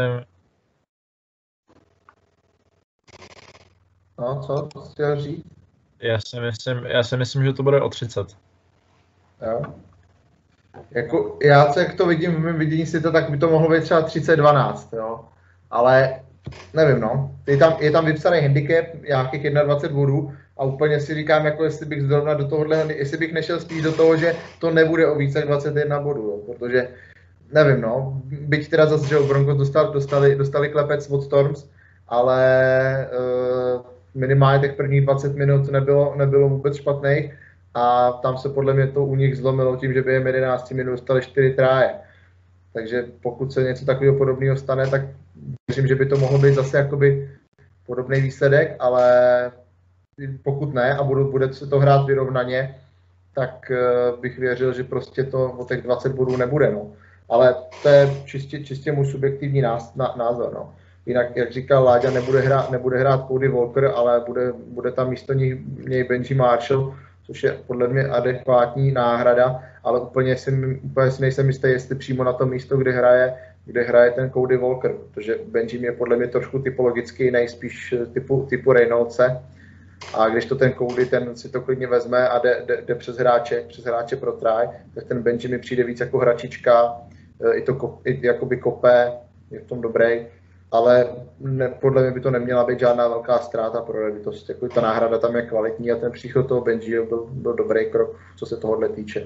No, co jsi chtěl říct? Já si myslím, že to bude o 30. Jo. Jako, já co jak to vidím, v mém vidění si to, tak by to mohlo být třeba 30-12, jo. Ale nevím, no. Je tam vypsaný handicap nějakých 21 bodů a úplně si říkám, jako jestli bych zrovna do tohohle, jestli bych nešel spíš do toho, že to nebude o více jak 21 bodů, jo. Protože nevím, no. Byť teda zase, že Broncos dostali klepec od Storms, ale minimálně těch prvních 20 minut nebylo vůbec špatných a tam se podle mě to u nich zlomilo tím, že během 11 minut dostali 4 tráje. Takže pokud se něco takového podobného stane, tak věřím, že by to mohlo být zase jakoby podobný výsledek, ale pokud ne a bude se to hrát vyrovnaně, tak bych věřil, že prostě to o těch 20 bodů nebude. No. Ale to je čistě můj subjektivní názor. No. Jinak, jak říkal Láďa, nebude hrát Cody Walker, ale bude tam místo něj Benji Marshall, což je podle mě adekvátní náhrada, ale úplně si nejsem jistý, jestli přímo na to místo, kde hraje ten Cody Walker, protože Benji je podle mě trošku typologicky nejspíš typu Reynoldse. A když to ten Cody, ten si to klidně vezme a jde přes hráče pro try, tak ten Benji mi přijde víc jako hračička, i jakoby kope, je v tom dobrý. Ale podle mě by to neměla být žádná velká ztráta pro Rabbitohs. Jako ta náhrada tam je kvalitní a ten příchod toho Benjiho byl dobrý krok, co se tohohle týče.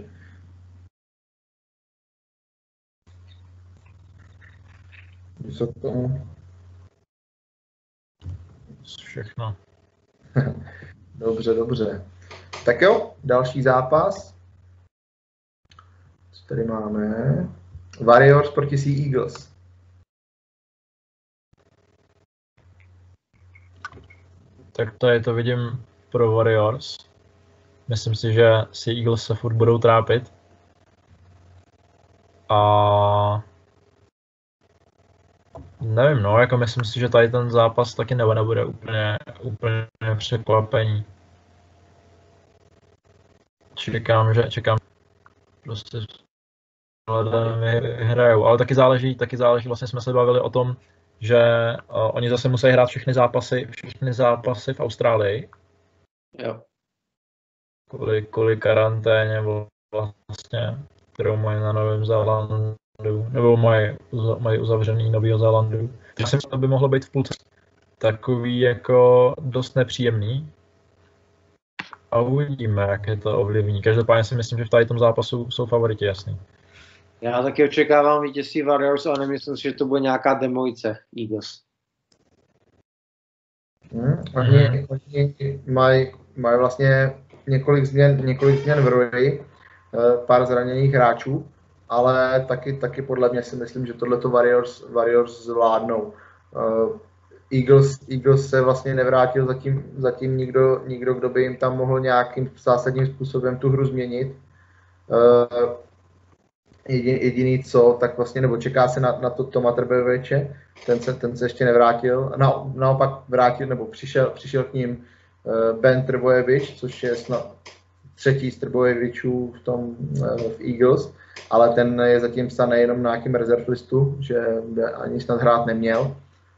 Co k tomu? Všechno. Dobře. Tak jo, další zápas. Co tady máme? Warriors proti Sea Eagles. Tak tady to vidím pro Warriors. Myslím si, že si Eagles se furt budou trápit. A nevím, no, jako myslím si, že tady ten zápas taky nebude úplně překvapení. Čekám, prostě vyhrajou, ale taky záleží, vlastně jsme se bavili o tom, že oni zase musí hrát všechny zápasy v Austrálii. Jo. Kvůli karanténě vlastně, kterou mají na Novém Zélandu, nebo mají uzavřený Nového Zélandu. Myslím, že to by mohlo být v půlce takový jako dost nepříjemný. A uvidíme, jak je to ovlivní. Každopádně si myslím, že v tady tom zápasu jsou favoriti, jasný. Já taky očekávám vítězství Warriors, ale nemyslím si, že to bude nějaká demolice Eagles. Oni mají vlastně několik změn v roli, pár zraněných hráčů, ale taky podle mě si myslím, že tohleto Warriors zvládnou. Eagles se vlastně nevrátil zatím nikdo, kdo by jim tam mohl nějakým zásadním způsobem tu hru změnit. Jediný co, tak vlastně, nebo čeká se na to Toma Trbojeviče, ten se ještě nevrátil, naopak vrátil, nebo přišel k ním Ben Trbojevič, což je snad třetí z Trbojevičů v Eagles, ale ten je zatím psaný jenom na nějakým reserve listu, že ani snad hrát neměl,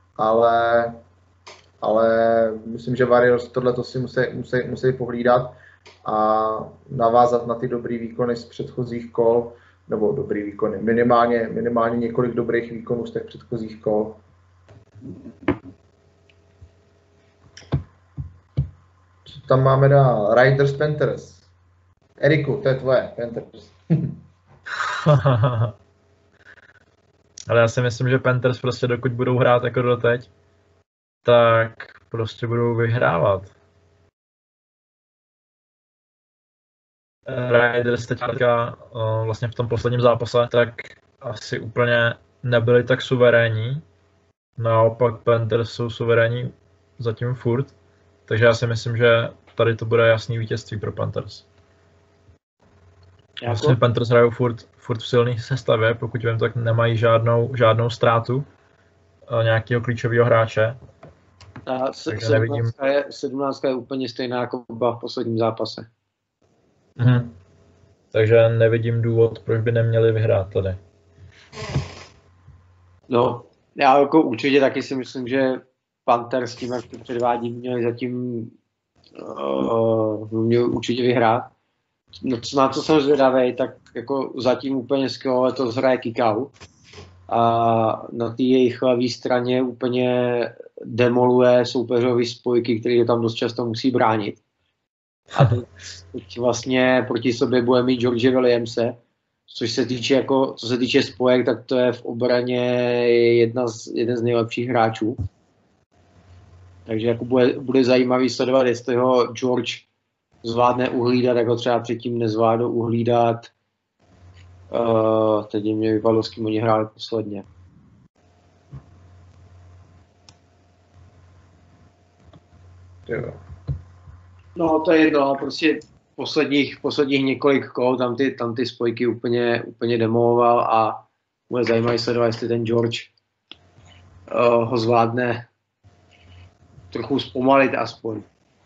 ale myslím, že Warriors tohleto si musí pohlídat a navázat na ty dobrý výkony z předchozích kol, nebo dobrý výkony, minimálně několik dobrých výkonů z těch předchozích kol. Co tam máme dál? Raiders, Panthers. Eriku, to je tvoje, Panthers. Ale já si myslím, že Panthers prostě dokud budou hrát jako doteď, tak prostě budou vyhrávat. Raiders teďka vlastně v tom posledním zápase tak asi úplně nebyli tak suverénní. Naopak Panthers jsou suverénní zatím furt. Takže já si myslím, že tady to bude jasný vítězství pro Panthers. Vlastně Panthers hrajou furt v silné sestavě, pokud vím, tak nemají žádnou ztrátu nějakého klíčového hráče. A 17 je úplně stejná jako v posledním zápase. Takže nevidím důvod, proč by neměli vyhrát tady. No, já jako určitě taky si myslím, že Panthers s tím, jak to předvádí, měli zatím měli určitě vyhrát. No, na co jsem zvědavý, tak jako zatím úplně skvěle to hraje Kikau. A na té jejich levé straně úplně demoluje soupeřový spojky, který tam dost často musí bránit. A teď vlastně proti sobě bude mít George Williamse, což se týče co se týče spojek, tak to je v obraně jeden z nejlepších hráčů. Takže jako bude zajímavý sledovat, jestli ho George zvládne uhlídat, jako třeba předtím nezvládl uhlídat. Teď mě vypadlo, s kým oni hráli posledně. Jo. No to je jedno, prostě posledních několik kol tam ty spojky úplně demoloval a bude zajímavý sledovat, jestli ten George ho zvládne trochu zpomalit aspoň.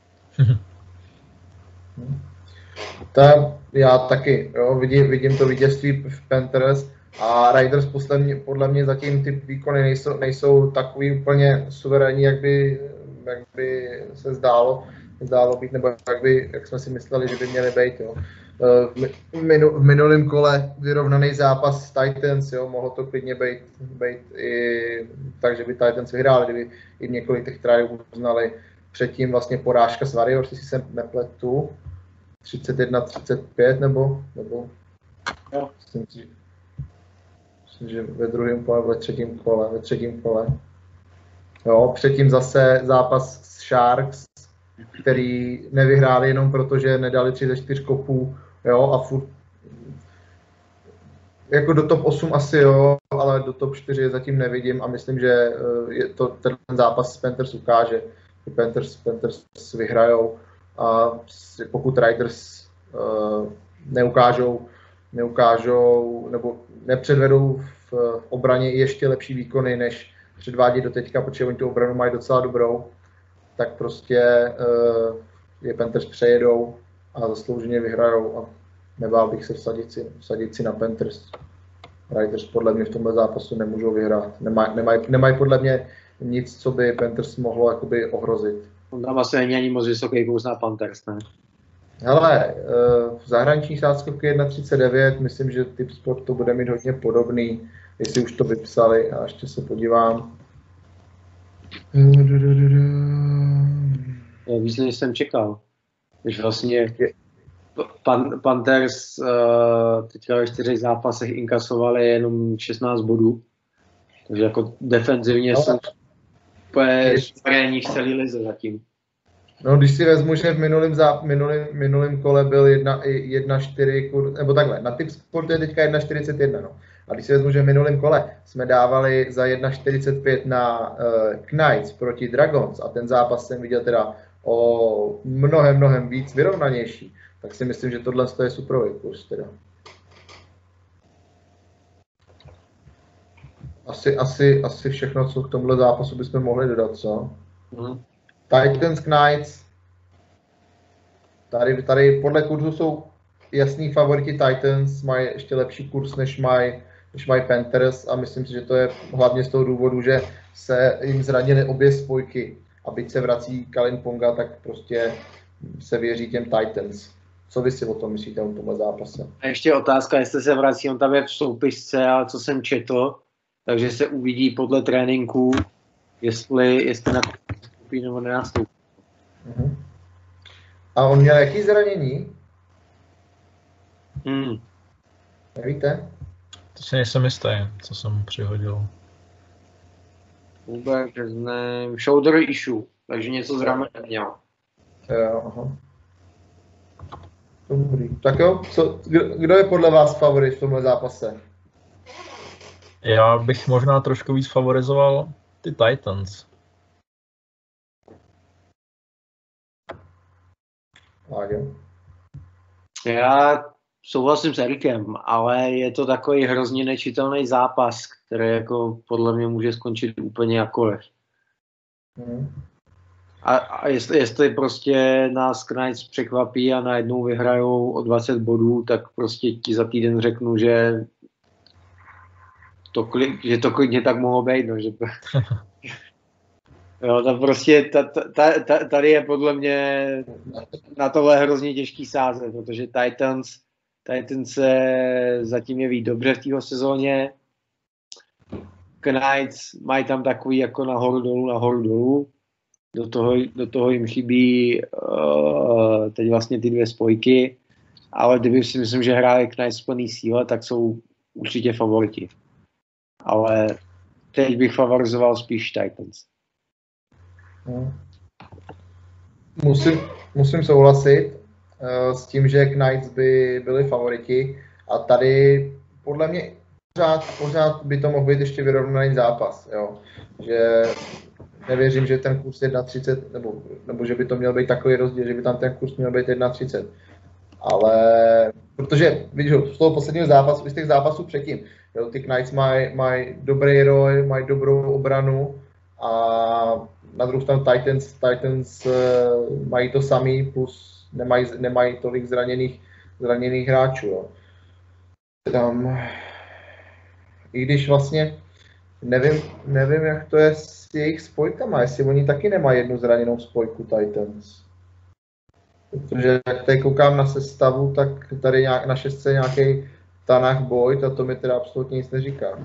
Já taky vidím to vítězství v Panthers a Raiders podle mě zatím ty výkony nejsou takový úplně suverénní, jak by se zdálo být, nebo jak jsme si mysleli, že by měli být. Jo. V minulém kole vyrovnaný zápas s Titans, jo, mohlo to klidně být i tak, že by Titans vyhráli, kdyby i několik těch trajů uznali. Předtím vlastně porážka s Warriors, jestli se nepletu, 31-35 nebo jo. Myslím, že ve druhém kole, ve třetím kole. Jo, předtím zase zápas s Sharks, který nevyhráli jenom proto, že nedali 3 ze 4 kopů, jo, a furt jako do top 8 asi jo, ale do top 4 je zatím nevidím a myslím, že ten zápas s Panthers ukáže, že Panthers vyhrajou a pokud Raiders neukážou nebo nepředvedou v obraně ještě lepší výkony, než předvádí do teďka, protože oni tu obranu mají docela dobrou, tak prostě je Panthers přejedou a zaslouženě vyhrajou a nebál bych se vsadit si na Panthers. Raiders podle mě v tomhle zápasu nemůžou vyhrát. Nemají podle mě nic, co by Panthers mohlo jakoby ohrozit. Tam asi není ani moc vysoký kurz na Panthers, ne? Hele, v zahraniční sázkovky 1,39, myslím, že Tipsport to bude mít hodně podobný, jestli už to vypsali a ještě se podívám. Víc, než jsem čekal. Když vlastně Panthers teďka ve 4 zápasech inkasovali jenom 16 bodů. Takže jako defenzivně jsou úplně suverénní v celé lize zatím. No, když si vezmu, že v minulém kole byl 1,4, nebo takhle, na Tipsport je teďka 1,41, no. A když si vezmu, že v minulém kole jsme dávali za 1,45 na Knights proti Dragons a ten zápas jsem viděl teda o mnohem víc vyrovnanější, tak si myslím, že tohle je superový kurz teda. Asi všechno, co k tomuhle zápasu bychom mohli dodat, co? Titans Knights, Tady podle kurzu jsou jasní favoriti Titans, mají ještě lepší kurz, než mají Panthers a myslím si, že to je hlavně z toho důvodu, že se jim zranily obě spojky a byť se vrací Kalin Ponga, tak prostě se věří těm Titans. Co vy si o tom myslíte o tomhle zápase? A ještě otázka, jestli se vrací, on tam je v soupisce, ale co jsem četl, takže se uvidí podle tréninku, jestli nastoupí nebo nenastoupí. A on měl jaký zranění? Nevíte? To si nejsem jistý, co jsem mu přihodil. Vůbec ne, shoulder issue, takže něco z ramene měl. Aha. Dobrý. Tak jo, kdo je podle vás favorit v tomhle zápase? Já bych možná trošku víc favorizoval ty Titans. Já souhlasím s Erikem, ale je to takový hrozně nečitelný zápas, který jako podle mě může skončit úplně jakkoliv. A jestli prostě nás Knights překvapí a najednou vyhrajou o 20 bodů, tak prostě ti za týden řeknu, že to klidně tak mohlo být. No, že jo, to prostě tady je podle mě na tohle hrozně těžký sázet, protože Titans se zatím jeví dobře v téhle sezóně. Knights mají tam takový jako nahoru dolů. Do toho jim chybí teď vlastně ty dvě spojky, ale kdyby si myslím, že hráli Knights v plný síle, tak jsou určitě favoriti. Ale teď bych favorizoval spíš Titans. Musím souhlasit s tím, že Knights by byli favoriti a tady podle mě pořád by to mohl být ještě vyrovnaný zápas, jo. Že nevěřím, že ten kurz 1,30 nebo že by to měl být takový rozdíl, že by tam ten kurz měl být 1,30. Ale protože vidíš, z toho posledního zápasu, z těch zápasů předtím, jo, ty Knights mají dobrý roj, mají dobrou obranu a na druhou stranu Titans mají to samý, plus nemají tolik zraněných hráčů. Jo. Tam, i když vlastně nevím, jak to je s jejich spojkama, jestli oni taky nemají jednu zraněnou spojku Titans. Protože jak tady koukám na sestavu, tak tady na šestce nějaký Tanach Boyd a to mi teda absolutně nic neříká.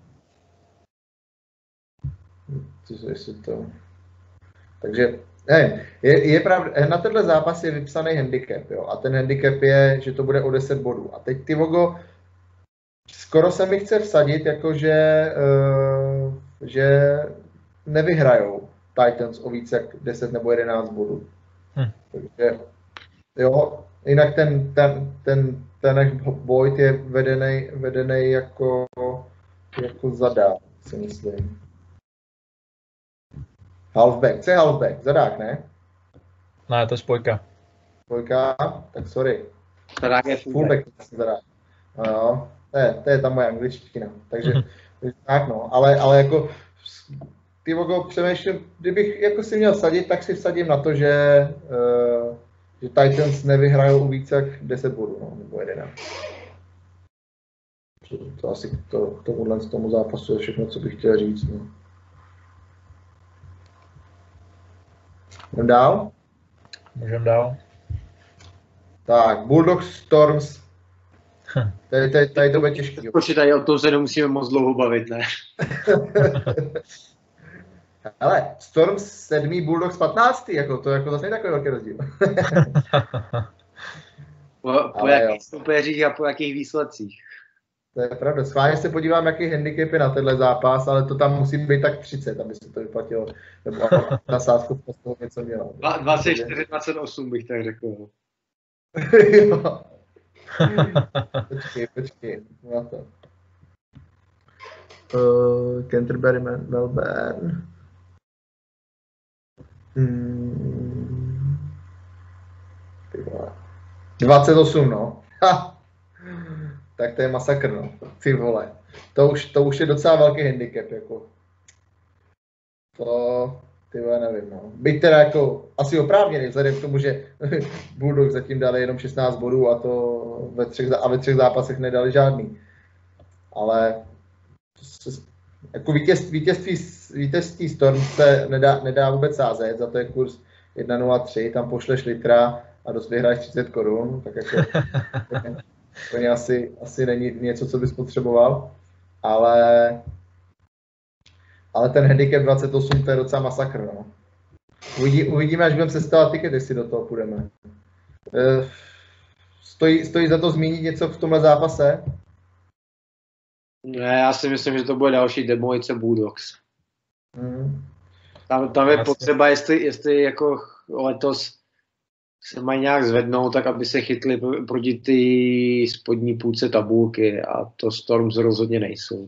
Jestli to... Takže nevím, je pravda, na tenhle zápas je vypsaný handicap, jo, a ten handicap je, že to bude o 10 bodů. A teď ty Vogo, skoro se mi chce vsadit, jakože že nevyhrajou Titans o víc jak 10 nebo 11 bodů. Takže jo, jinak ten Boyd je vedený jako zadák, si myslím. Halfback, co je halfback? Zadák, ne? Ne, to je spojka. Spojka? Tak sorry. Zadák je fullback. Zadák. No, to je ta moje angličtina. Takže tak no, ale jako ty Vogo přemýšlím, kdybych jako si měl sadit, tak si vsadím na to, že Titans nevyhrajou víc jak 10 bodů, no, nebo 11. To asi k tomu zápasu je všechno, co bych chtěl říct. No. Jdem dál? Můžeme dál. Tak, Bulldogs Storms. Tady to bude těžký. Počkej, o tom se nemusíme moc dlouho bavit, ne? Ale Storms 7. Bulldogs 15. Jako, to jako zase není takový velký rozdíl. po jakých soupeřích a po jakých výsledcích. To je pravda. Schválně se podívám, jaký handicap je na tenhle zápas, ale to tam musí být tak 30, aby se to vyplatilo. Nebo na sázku z toho něco mělo. 24-28 bych tak řekl. Jo. Počkej. Na to. Canterbury, Melbourne. 28, no. Ha. Tak to je masakr, no. Ty vole. To už je docela velký handicap, jako. Ty nevím, no. Byť teda jako asi oprávněný, vzhledem k tomu, že Bulldogs zatím dali jenom 16 bodů a to ve třech zápasech nedali žádný. Ale jako vítězství Storm se nedá vůbec sázet, za to je kurz 1,03, tam pošleš litra a dost vyhráš 30 korun, tak jako to asi není něco, co bys potřeboval, ale ten handicap 28, to je docela masakr, no. Uvidíme, až budeme sestavovat tiket, jestli do toho půjdeme. Stojí za to zmínit něco v tomhle zápase? Ne, já si myslím, že to bude další demolice Bulldogs. Tam je potřeba, jestli jako letos se mají nějak zvednout, tak aby se chytli proti ty spodní půlce tabulky a to Storms rozhodně nejsou.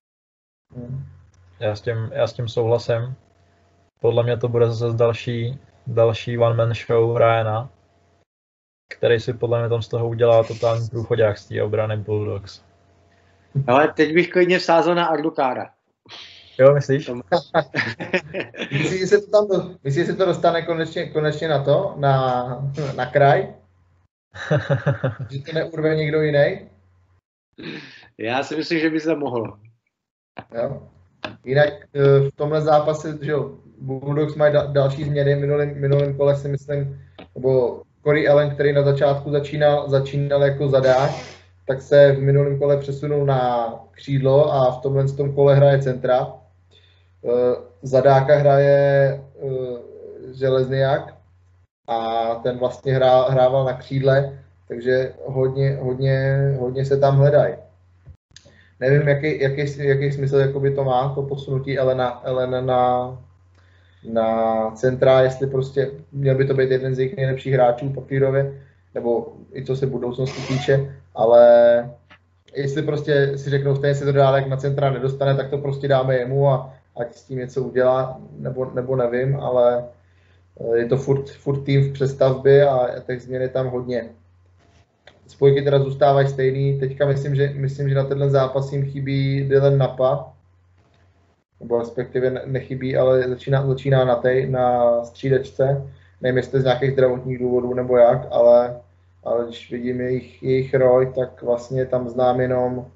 Já s tím souhlasím. Podle mě to bude zase další one-man show Ryana, který si podle mě tam z toho udělá totální průchodák z té obrany Bulldogs. Ale teď bych klidně vsázel na Ardukára. Jo, myslíš? Myslíš, že se to dostane konečně na to, na kraj? Že to neurve někdo jiný? Já si myslím, že by se mohlo. Jo. Jinak v tomhle zápase, že jo, Bulldogs mají další změny. Minulým kole si myslím, nebo Corey Allen, který na začátku začínal jako zadák, tak se v minulém kole přesunul na křídlo a v tomhle kole hraje centra. Zadáka hraje Železniak a ten vlastně hrával na křídle, takže hodně se tam hledají. Nevím, jaký smysl jakoby to má, to posunutí Elena na centra, jestli prostě měl by to být jeden z jejich nejlepších hráčů papírově, nebo i co se budoucnosti týče, ale jestli prostě si řeknou, stejně se to dál, jak na centra nedostane, tak to prostě dáme jemu a ať s tím něco udělá, nebo nevím, ale je to furt tým v přestavbě a těch změn je tam hodně. Spojky teda zůstávají stejný, teďka myslím, že na tenhle zápas jim chybí Dylan Napa, nebo respektive nechybí, ale začíná na střídačce. Nevím, jestli z nějakých zdravotních důvodů nebo jak, ale když vidím jejich roj, tak vlastně tam znám jenom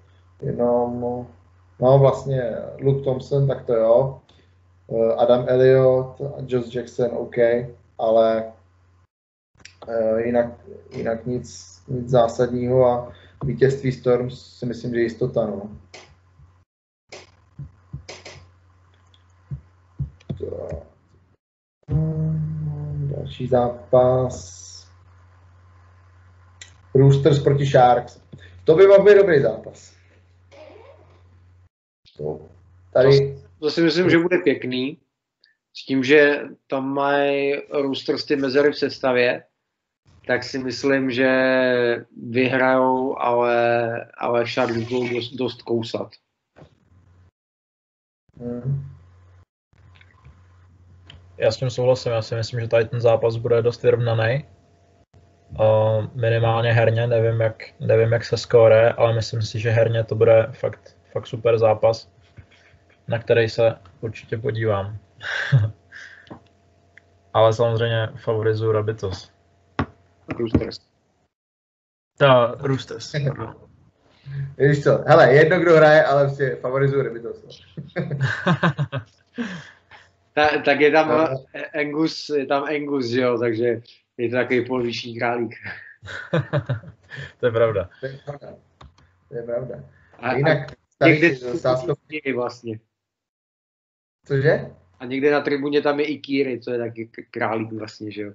vlastně Luke Thompson, tak to jo. Adam Elliott a Josh Jackson, OK, ale jinak nic zásadního a vítězství Storms si myslím, že je jistota, no. Další zápas. Roosters proti Sharks. To by mohl být dobrý zápas. To si myslím, že bude pěkný. S tím, že tam mají Roosters ty mezery v sestavě, tak si myslím, že vyhrajou, ale Sharks budou dost kousat. Já s tím souhlasím, já si myslím, že tady ten zápas bude dost vyrovnaný. Minimálně herně, nevím jak se skóre, ale myslím si, že herně to bude fakt super zápas, na který se určitě podívám. Ale samozřejmě favorizuju Rabbitohs. Roosters. Roosters. Víš co, hele, jedno kdo hraje, ale prostě favorizuju Rabbitohs. Tak je tam Angus, že jo, takže je to takový poloviční králík. To je pravda. To je pravda. A jinak někde Sáskovky vlastně. Cože? A někde na tribuně tam je i Kýry, co je taky králík vlastně, že jo.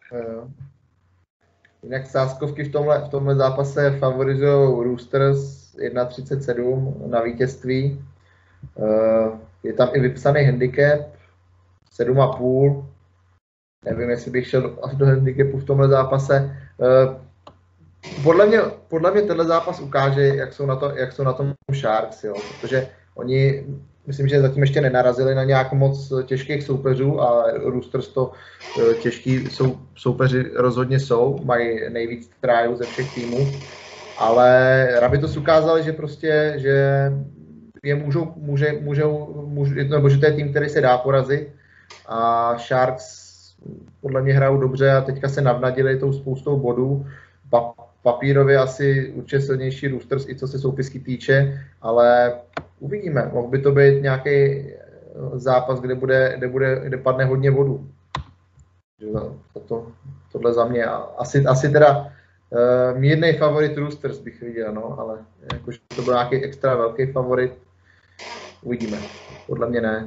Jinak Sáskovky v tomhle zápase favorizují Roosters 1,37 na vítězství. Je tam i vypsaný handicap 7,5. Nevím, jestli bych šel až do handicapu v tomhle zápase. Podle mě tenhle zápas ukáže, jak jsou na tom Sharks, jo, protože oni, myslím, že zatím ještě nenarazili na nějak moc těžkých soupeřů a Roosters to těžký soupeři rozhodně jsou, mají nejvíc trájů ze všech týmů, ale Rabbitohs ukázali, že prostě, že je můžou, nebo že to je tým, který se dá porazit a Sharks podle mě hrajou dobře a teďka se navnadili tou spoustou bodů. Papírově asi určitě silnější Roosters, i co se soupisky týče, ale uvidíme. Mohl by to být nějaký zápas, kde padne hodně bodů. Tohle za mě. Asi teda mírnej favorit Roosters bych viděl, no, ale jakože to byl nějaký extra velký favorit. Uvidíme. Podle mě ne.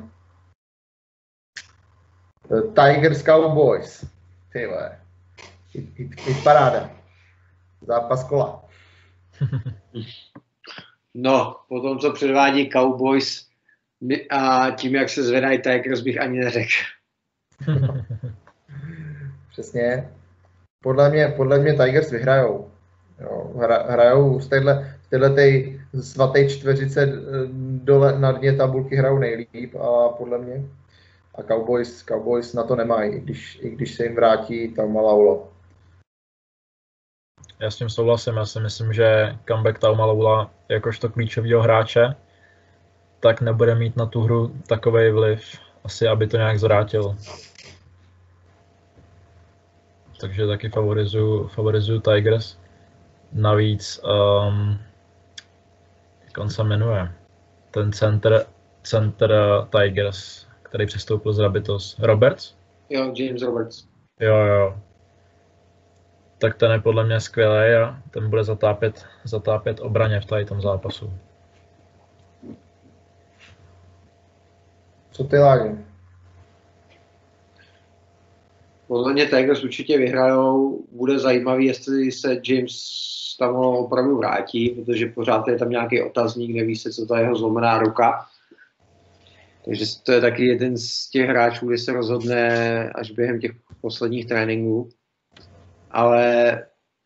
Tigers Cowboys. Ty vole. Hit paráda. Zápas kola. No, po tom, co předvádí Cowboys a tím, jak se zvedají Tigers, bych ani neřekl. Přesně. Podle mě Tigers vyhrajou. Jo, hrajou z téhletej svaté čtveřice dole na dně tabulky hrajou nejlíp a podle mě. A Cowboys na to nemají, i když se jim vrátí ta Malaula. Já s tím souhlasím, já si myslím, že comeback Taumalaula jakožto klíčovýho hráče tak nebude mít na tu hru takovej vliv, asi aby to nějak zvrátil. Takže taky favorizuju Tigers. Navíc, jak on se jmenuje, ten center Tigers, který přestoupil z Rabbitohs. Roberts? Jo, James Roberts. Jo. Tak ten je podle mě skvělý a ten bude zatápět obraně v tady tom zápasu. Co ty, Láďo? Podle mě Tigers určitě vyhrajou. Bude zajímavý, jestli se James tam opravdu vrátí, protože pořád je tam nějaký otazník, neví se, co ta jeho zlomená ruka. Takže to je taky jeden z těch hráčů, kde se rozhodne až během těch posledních tréninků. Ale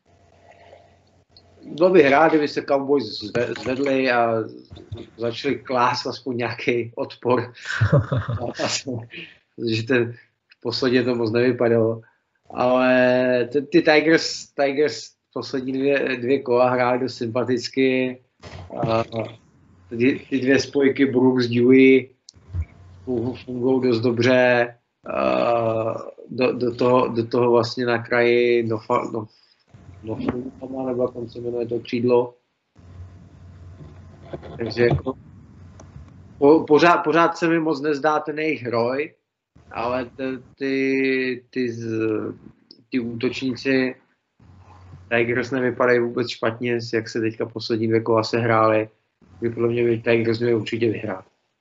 bylo by rád, kdyby se Cowboys zvedli a začali klást aspoň nějaký odpor. Protože ten v posledně to moc nevypadalo. Ale ty Tigers poslední dvě kola hráli dost sympaticky. Ty dvě spojky Brooks, Dewey fungují dost dobře. Do toho vlastně na kraji Nofuma, nebo jak se jmenuje to křídlo. Takže jako, pořád se mi moc nezdá ten jejich hroj, ale ty útočníci Tigers nevypadají vůbec špatně, jak se teďka poslední dvě kola se hráli. Podle mě Tigers měli určitě vyhrát.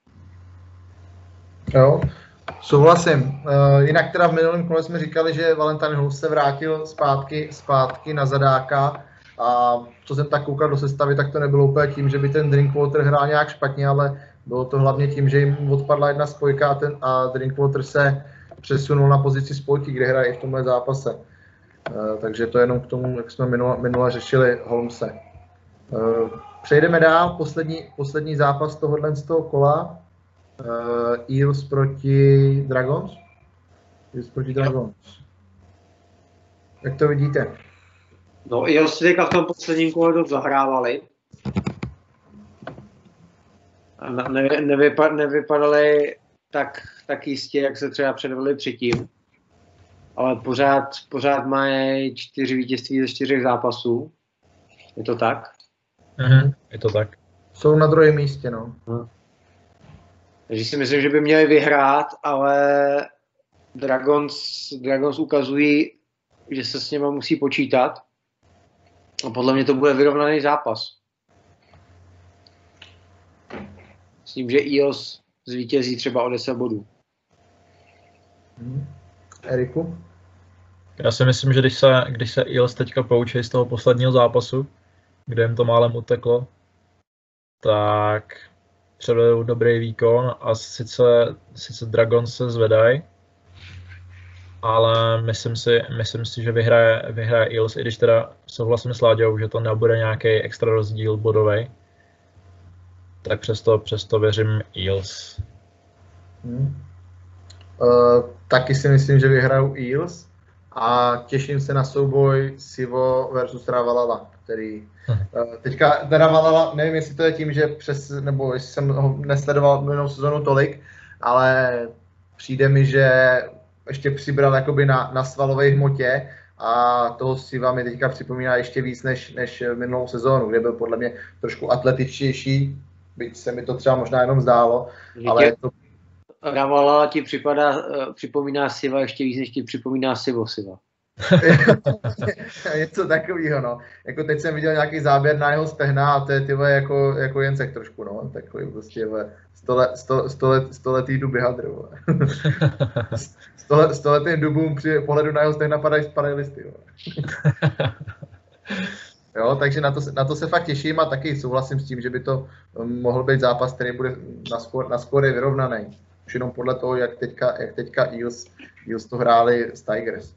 Jo. Souhlasím. Jinak teda v minulém kole jsme říkali, že Valentine Holmes se vrátil zpátky na zadáka a co jsem tak koukal do sestavy, tak to nebylo úplně tím, že by ten Drinkwater hrál nějak špatně, ale bylo to hlavně tím, že jim odpadla jedna spojka a Drinkwater se přesunul na pozici spojky, kde hraje v tomhle zápase. Takže to jenom k tomu, jak jsme minule řešili Holmese. Přejdeme dál, poslední zápas tohohle z toho kola. Eels proti Dragons? Jak to vidíte? No, Eels teďka v tom posledním kole dost zahrávali. Nevypadali tak jistě, jak se třeba předvedli předtím. Ale pořád mají 4 vítězství ze 4 zápasů. Je to tak? Je to tak. Jsou na druhém místě, no. Takže si myslím, že by měli vyhrát, ale Dragons ukazují, že se s nimi musí počítat. A podle mě to bude vyrovnaný zápas. S tím, že Eels zvítězí třeba o 10 bodů. Eriku? Já si myslím, že když se Eels teďka poučí z toho posledního zápasu, kde jim to málem uteklo, tak předvedou dobrý výkon a sice Dragons se zvedají, ale myslím si, že vyhraje Eels, i když teda souhlasím s Láďou, že to nebude nějaký extra rozdíl bodový, tak přesto věřím Eels. Taky si myslím, že vyhrajou Eels a těším se na souboj Sivo versus Ravalala, který teďka teda Valala, nevím, jestli to je tím, že nebo jestli jsem ho nesledoval minulou sezonu tolik, ale přijde mi, že ještě přibral jakoby na svalové hmotě a toho Siva mi teďka připomíná ještě víc než minulou sezónu, kde byl podle mě trošku atletičtější, byť se mi to třeba možná jenom zdálo, ale to... Ramalala ti připomíná Siva ještě víc, než ti připomíná Siva. Něco takového, no. Jako teď jsem viděl nějaký záběr na jeho stehna a to je tyhle jako Jensek trošku, no. Takový prostě 100letý duby hadru. 100letým dubům při pohledu na jeho stehna padají listy, jo. Jo, takže na to se fakt těším a taky souhlasím s tím, že by to mohl být zápas, který bude na skóre vyrovnaný. Už jenom podle toho, jak teďka Eels to hráli s Tigers.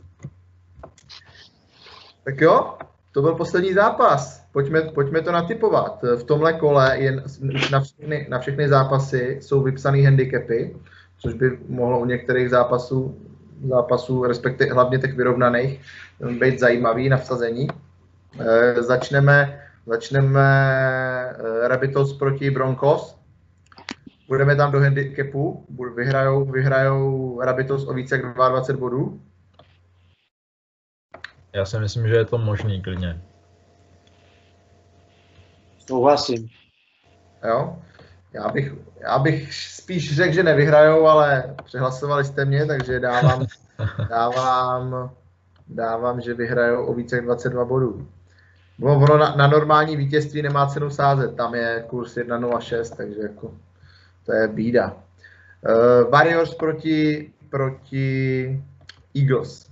Tak jo, to byl poslední zápas. Pojďme to natipovat. V tomhle kole jen na všechny zápasy jsou vypsané handicapy, což by mohlo u některých zápasů, respektive hlavně těch vyrovnaných, být zajímavý na vsazení. Začneme Rabbitohs proti Broncos. Budeme tam do handicapu. Vyhrajou Rabbitohs o více jak 22 bodů. Já si myslím, že je to možný klidně. Souhlasím. Jo? Já bych spíš řekl, že nevyhrajou, ale přehlasovali jste mě, takže dávám, že vyhrajou o více jak 22 bodů. Ono na normální vítězství nemá cenu sázet, tam je kurz 1,06, takže jako to je bída. Warriors proti Eagles.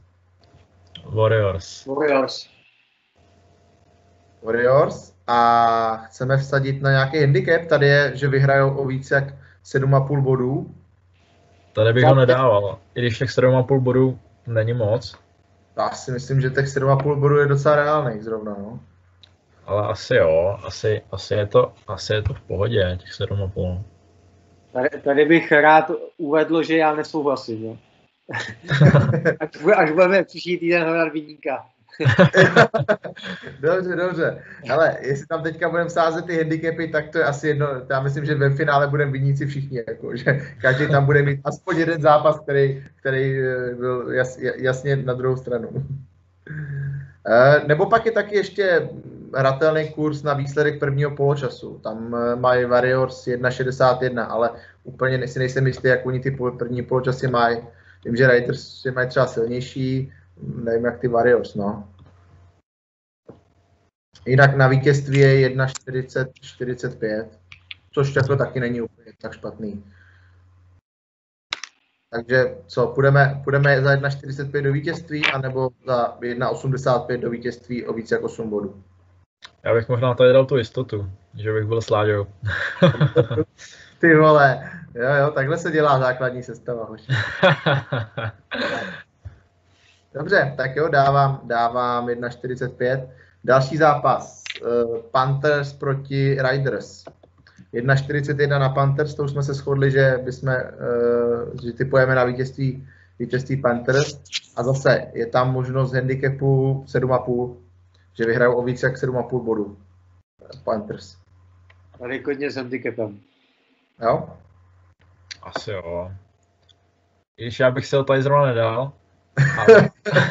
Warriors. A chceme vsadit na nějaký handicap. Tady je, že vyhrajou o více jak 7,5 bodů. Tady bych ho nedával. I když těch 7,5 bodů není moc. Já si myslím, že těch 7,5 bodů je docela reálný zrovna, no. Ale asi jo. Asi je to v pohodě, těch 7,5. Tady bych rád uvedl, že já nesouhlasím, jo. Až budeme příští týden hledat viníka. Dobře. Hele, jestli tam teďka budeme sázet ty handicapy, tak to je asi jedno. Já myslím, že ve finále budeme viníci všichni, jako, že každý tam bude mít aspoň jeden zápas, který byl jasně na druhou stranu. Nebo pak je taky ještě hratelný kurz na výsledek prvního poločasu. Tam mají Warriors 1,61, ale úplně si nejsem jistý, jak oni ty první poločasy mají. Vím, že Raiders je mají třeba silnější, nevím jak ty Warriors, no. Jinak na vítězství je 1,45, což jako taky není úplně tak špatný. Takže co, půjdeme za 1,45 do vítězství, anebo za 1,85 do vítězství o více jak 8 bodů? Já bych možná tady dal tu jistotu, že bych byl s Láďou. Ty vole, jo, takhle se dělá základní sestava, hoši. Dobře, tak jo, dávám 1,45. Další zápas, Panthers proti Raiders. 1,41 na Panthers, to už jsme se shodli, že typujeme na vítězství Panthers. A zase je tam možnost handicapu 7,5, že vyhrajou o víc jak 7,5 bodů Panthers. Tady kodně s handicapem. Jo? Asi jo. Když já bych se ho tady zrovna nedal. Ale...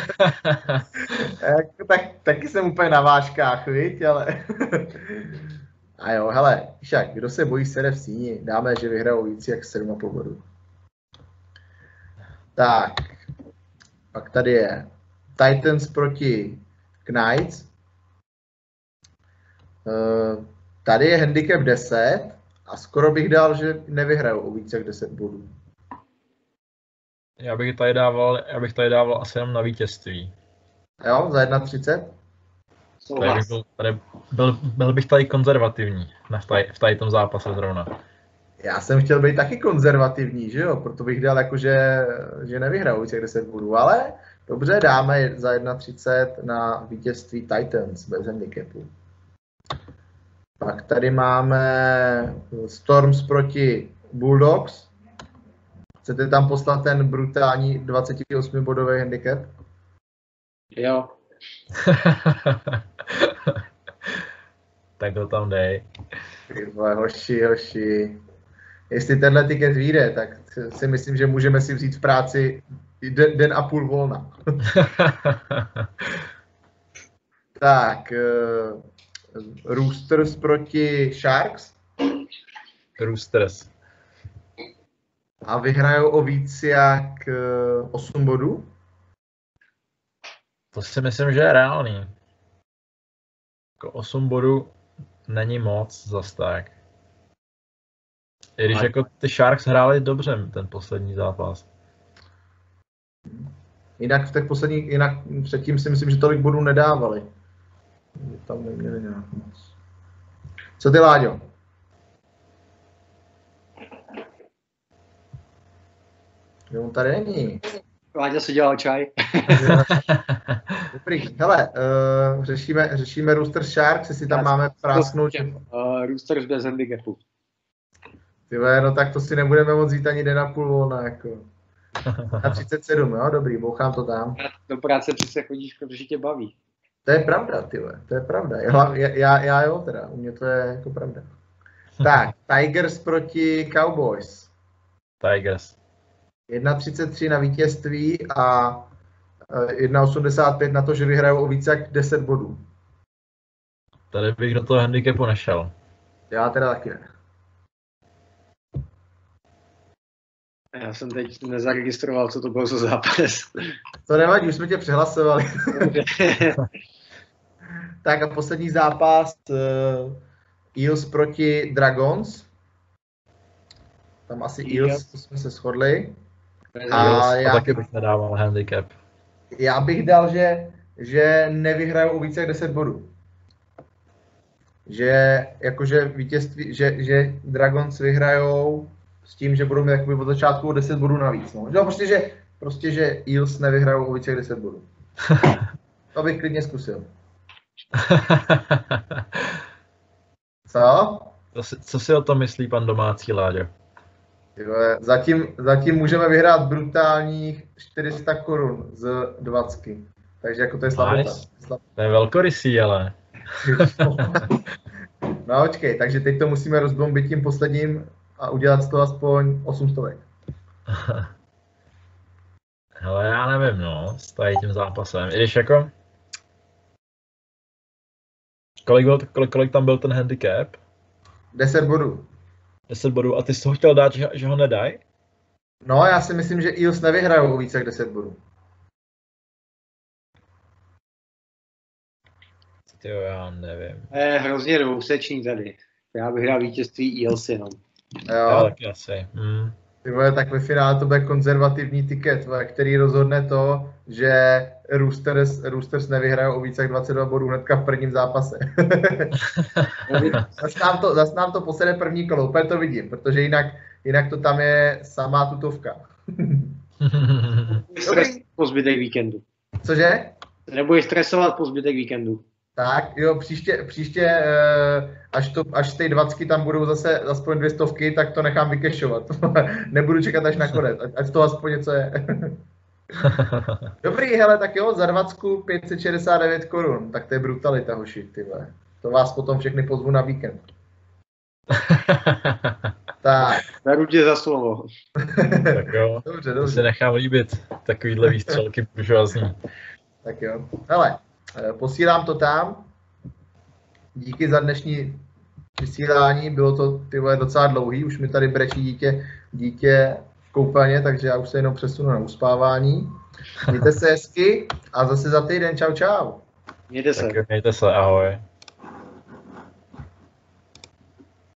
taky jsem úplně na vážkách, viď, ale... A jo, hele, však, kdo se bojí sede v síni, dáme, že vyhrajou víc jak 7,5 bodů. Tak, pak tady je Titans proti Knights. Tady je handicap 10 a skoro bych dal, že nevyhrajou o víc jak 10 bodů. Já bych tady dával asi jenom na vítězství. Jo, za 1,30? Byl bych tady konzervativní v tady tom zápase zrovna. Já jsem chtěl být taky konzervativní, že jo? Proto bych dal jako, že nevyhrajou víc jak 10 bodů, ale dobře, dáme za 1,30 na vítězství Titans bez handicapu. Pak tady máme Storms proti Bulldogs. Chcete tam poslat ten brutální 28-bodový handicap? Jo. Tak ho tam dej. Hoši. jestli tenhle tiket vyjde, tak si myslím, že můžeme si vzít v práci den a půl volna. Tak, Roosters proti Sharks. Roosters. A vyhrajou o víc jak 8 bodů? To si myslím, že je reálný. Jako 8 bodů není moc zas tak. I když jako ty Sharks hráli dobře ten poslední zápas. Jinak předtím si myslím, že tolik bodů nedávali. Tam neměli nějak moc. Co ty, Láďo? Jo, on tady není. Láďa si dělal čaj. Dobrý. Hele, řešíme Roosters Sharks, jestli tam máme prásknout. Roosters bez handicapu. Tyhle, no tak to si nebudeme moc jít ani den a půl volna, jako. Na 37, jo, dobrý, bouchám to tam. Do práce přece chodíš, protože tě baví. To je pravda, tyhle, to je pravda. Já jo, teda, u mě to je jako pravda. Tak, Tigers proti Cowboys. Tigers. 1,33 na vítězství a 1,85 na to, že vyhrajou o více jak 10 bodů. Tady bych do toho handicapu nešel. Já teda taky ne. Já jsem teď nezaregistroval, co to bylo za zápas. To nevadí, už jsme tě přehlasovali. Tak a poslední zápas Eels proti Dragons. Tam asi Eels, to jsme se shodli. A já taky bych nedával handicap. Já bych dal, že nevyhrajou o více jak 10 bodů. Že jakože vítězství, že Dragons vyhrajou s tím, že budou mít jakoby od začátku 10 bodů navíc. No. Prostě, že Eels nevyhrajou o více jak 10 bodů. To bych klidně zkusil. Co? Co si o tom myslí pan domácí Láďo? Zatím můžeme vyhrát brutálních 400 korun z 20. Takže jako to je slabota. Nice. To je velkorysý, ale. No počkej, takže teď to musíme rozbombit tím posledním a udělat z toho aspoň 800. Hele, já nevím, no, s tím zápasem. I když jako... Kolik tam byl ten handicap? 10 bodů. 10 bodů. A ty jsi toho chtěl dát, že ho nedají? No, já si myslím, že Eels nevyhrajou o více jak 10 bodů. Jo, já nevím. Je hrozně dvousečný tady. Já bych hrál vítězství Eels jenom. Jo. Taky asi. Ty vole, tak ve finále to bude konzervativní tiket, který rozhodne to, že Roosters nevyhrajou o více jak 22 bodů hnedka v prvním zápase. Zas nám to posede první kolo, úplně to vidím, protože jinak to tam je samá tutovka. Po zbytek víkendu. Cože? Nebudeš stresovat po zbytek víkendu. Tak, jo, příště až z té 20 tam budou zase aspoň 200, tak to nechám vykešovat. Nebudu čekat až na konec, ať to aspoň něco je. Dobrý, hele, tak jo, za 20 569 korun, tak to je brutalita, hoši, tyhle. To vás potom všechny pozvu na víkend. Tak. Beru tě za slovo. Tak jo, dobře. To si nechám líbit, takovýhle výstřelky buržoazní. Tak jo, hele. Posílám to tam. Díky za dnešní vysílání. Bylo to docela dlouhý. Už mi tady brečí dítě v koupelně, takže já už se jenom přesunu na uspávání. Mějte se hezky a zase za týden. Čau, čau. Mějte se. Tak mějte se, ahoj.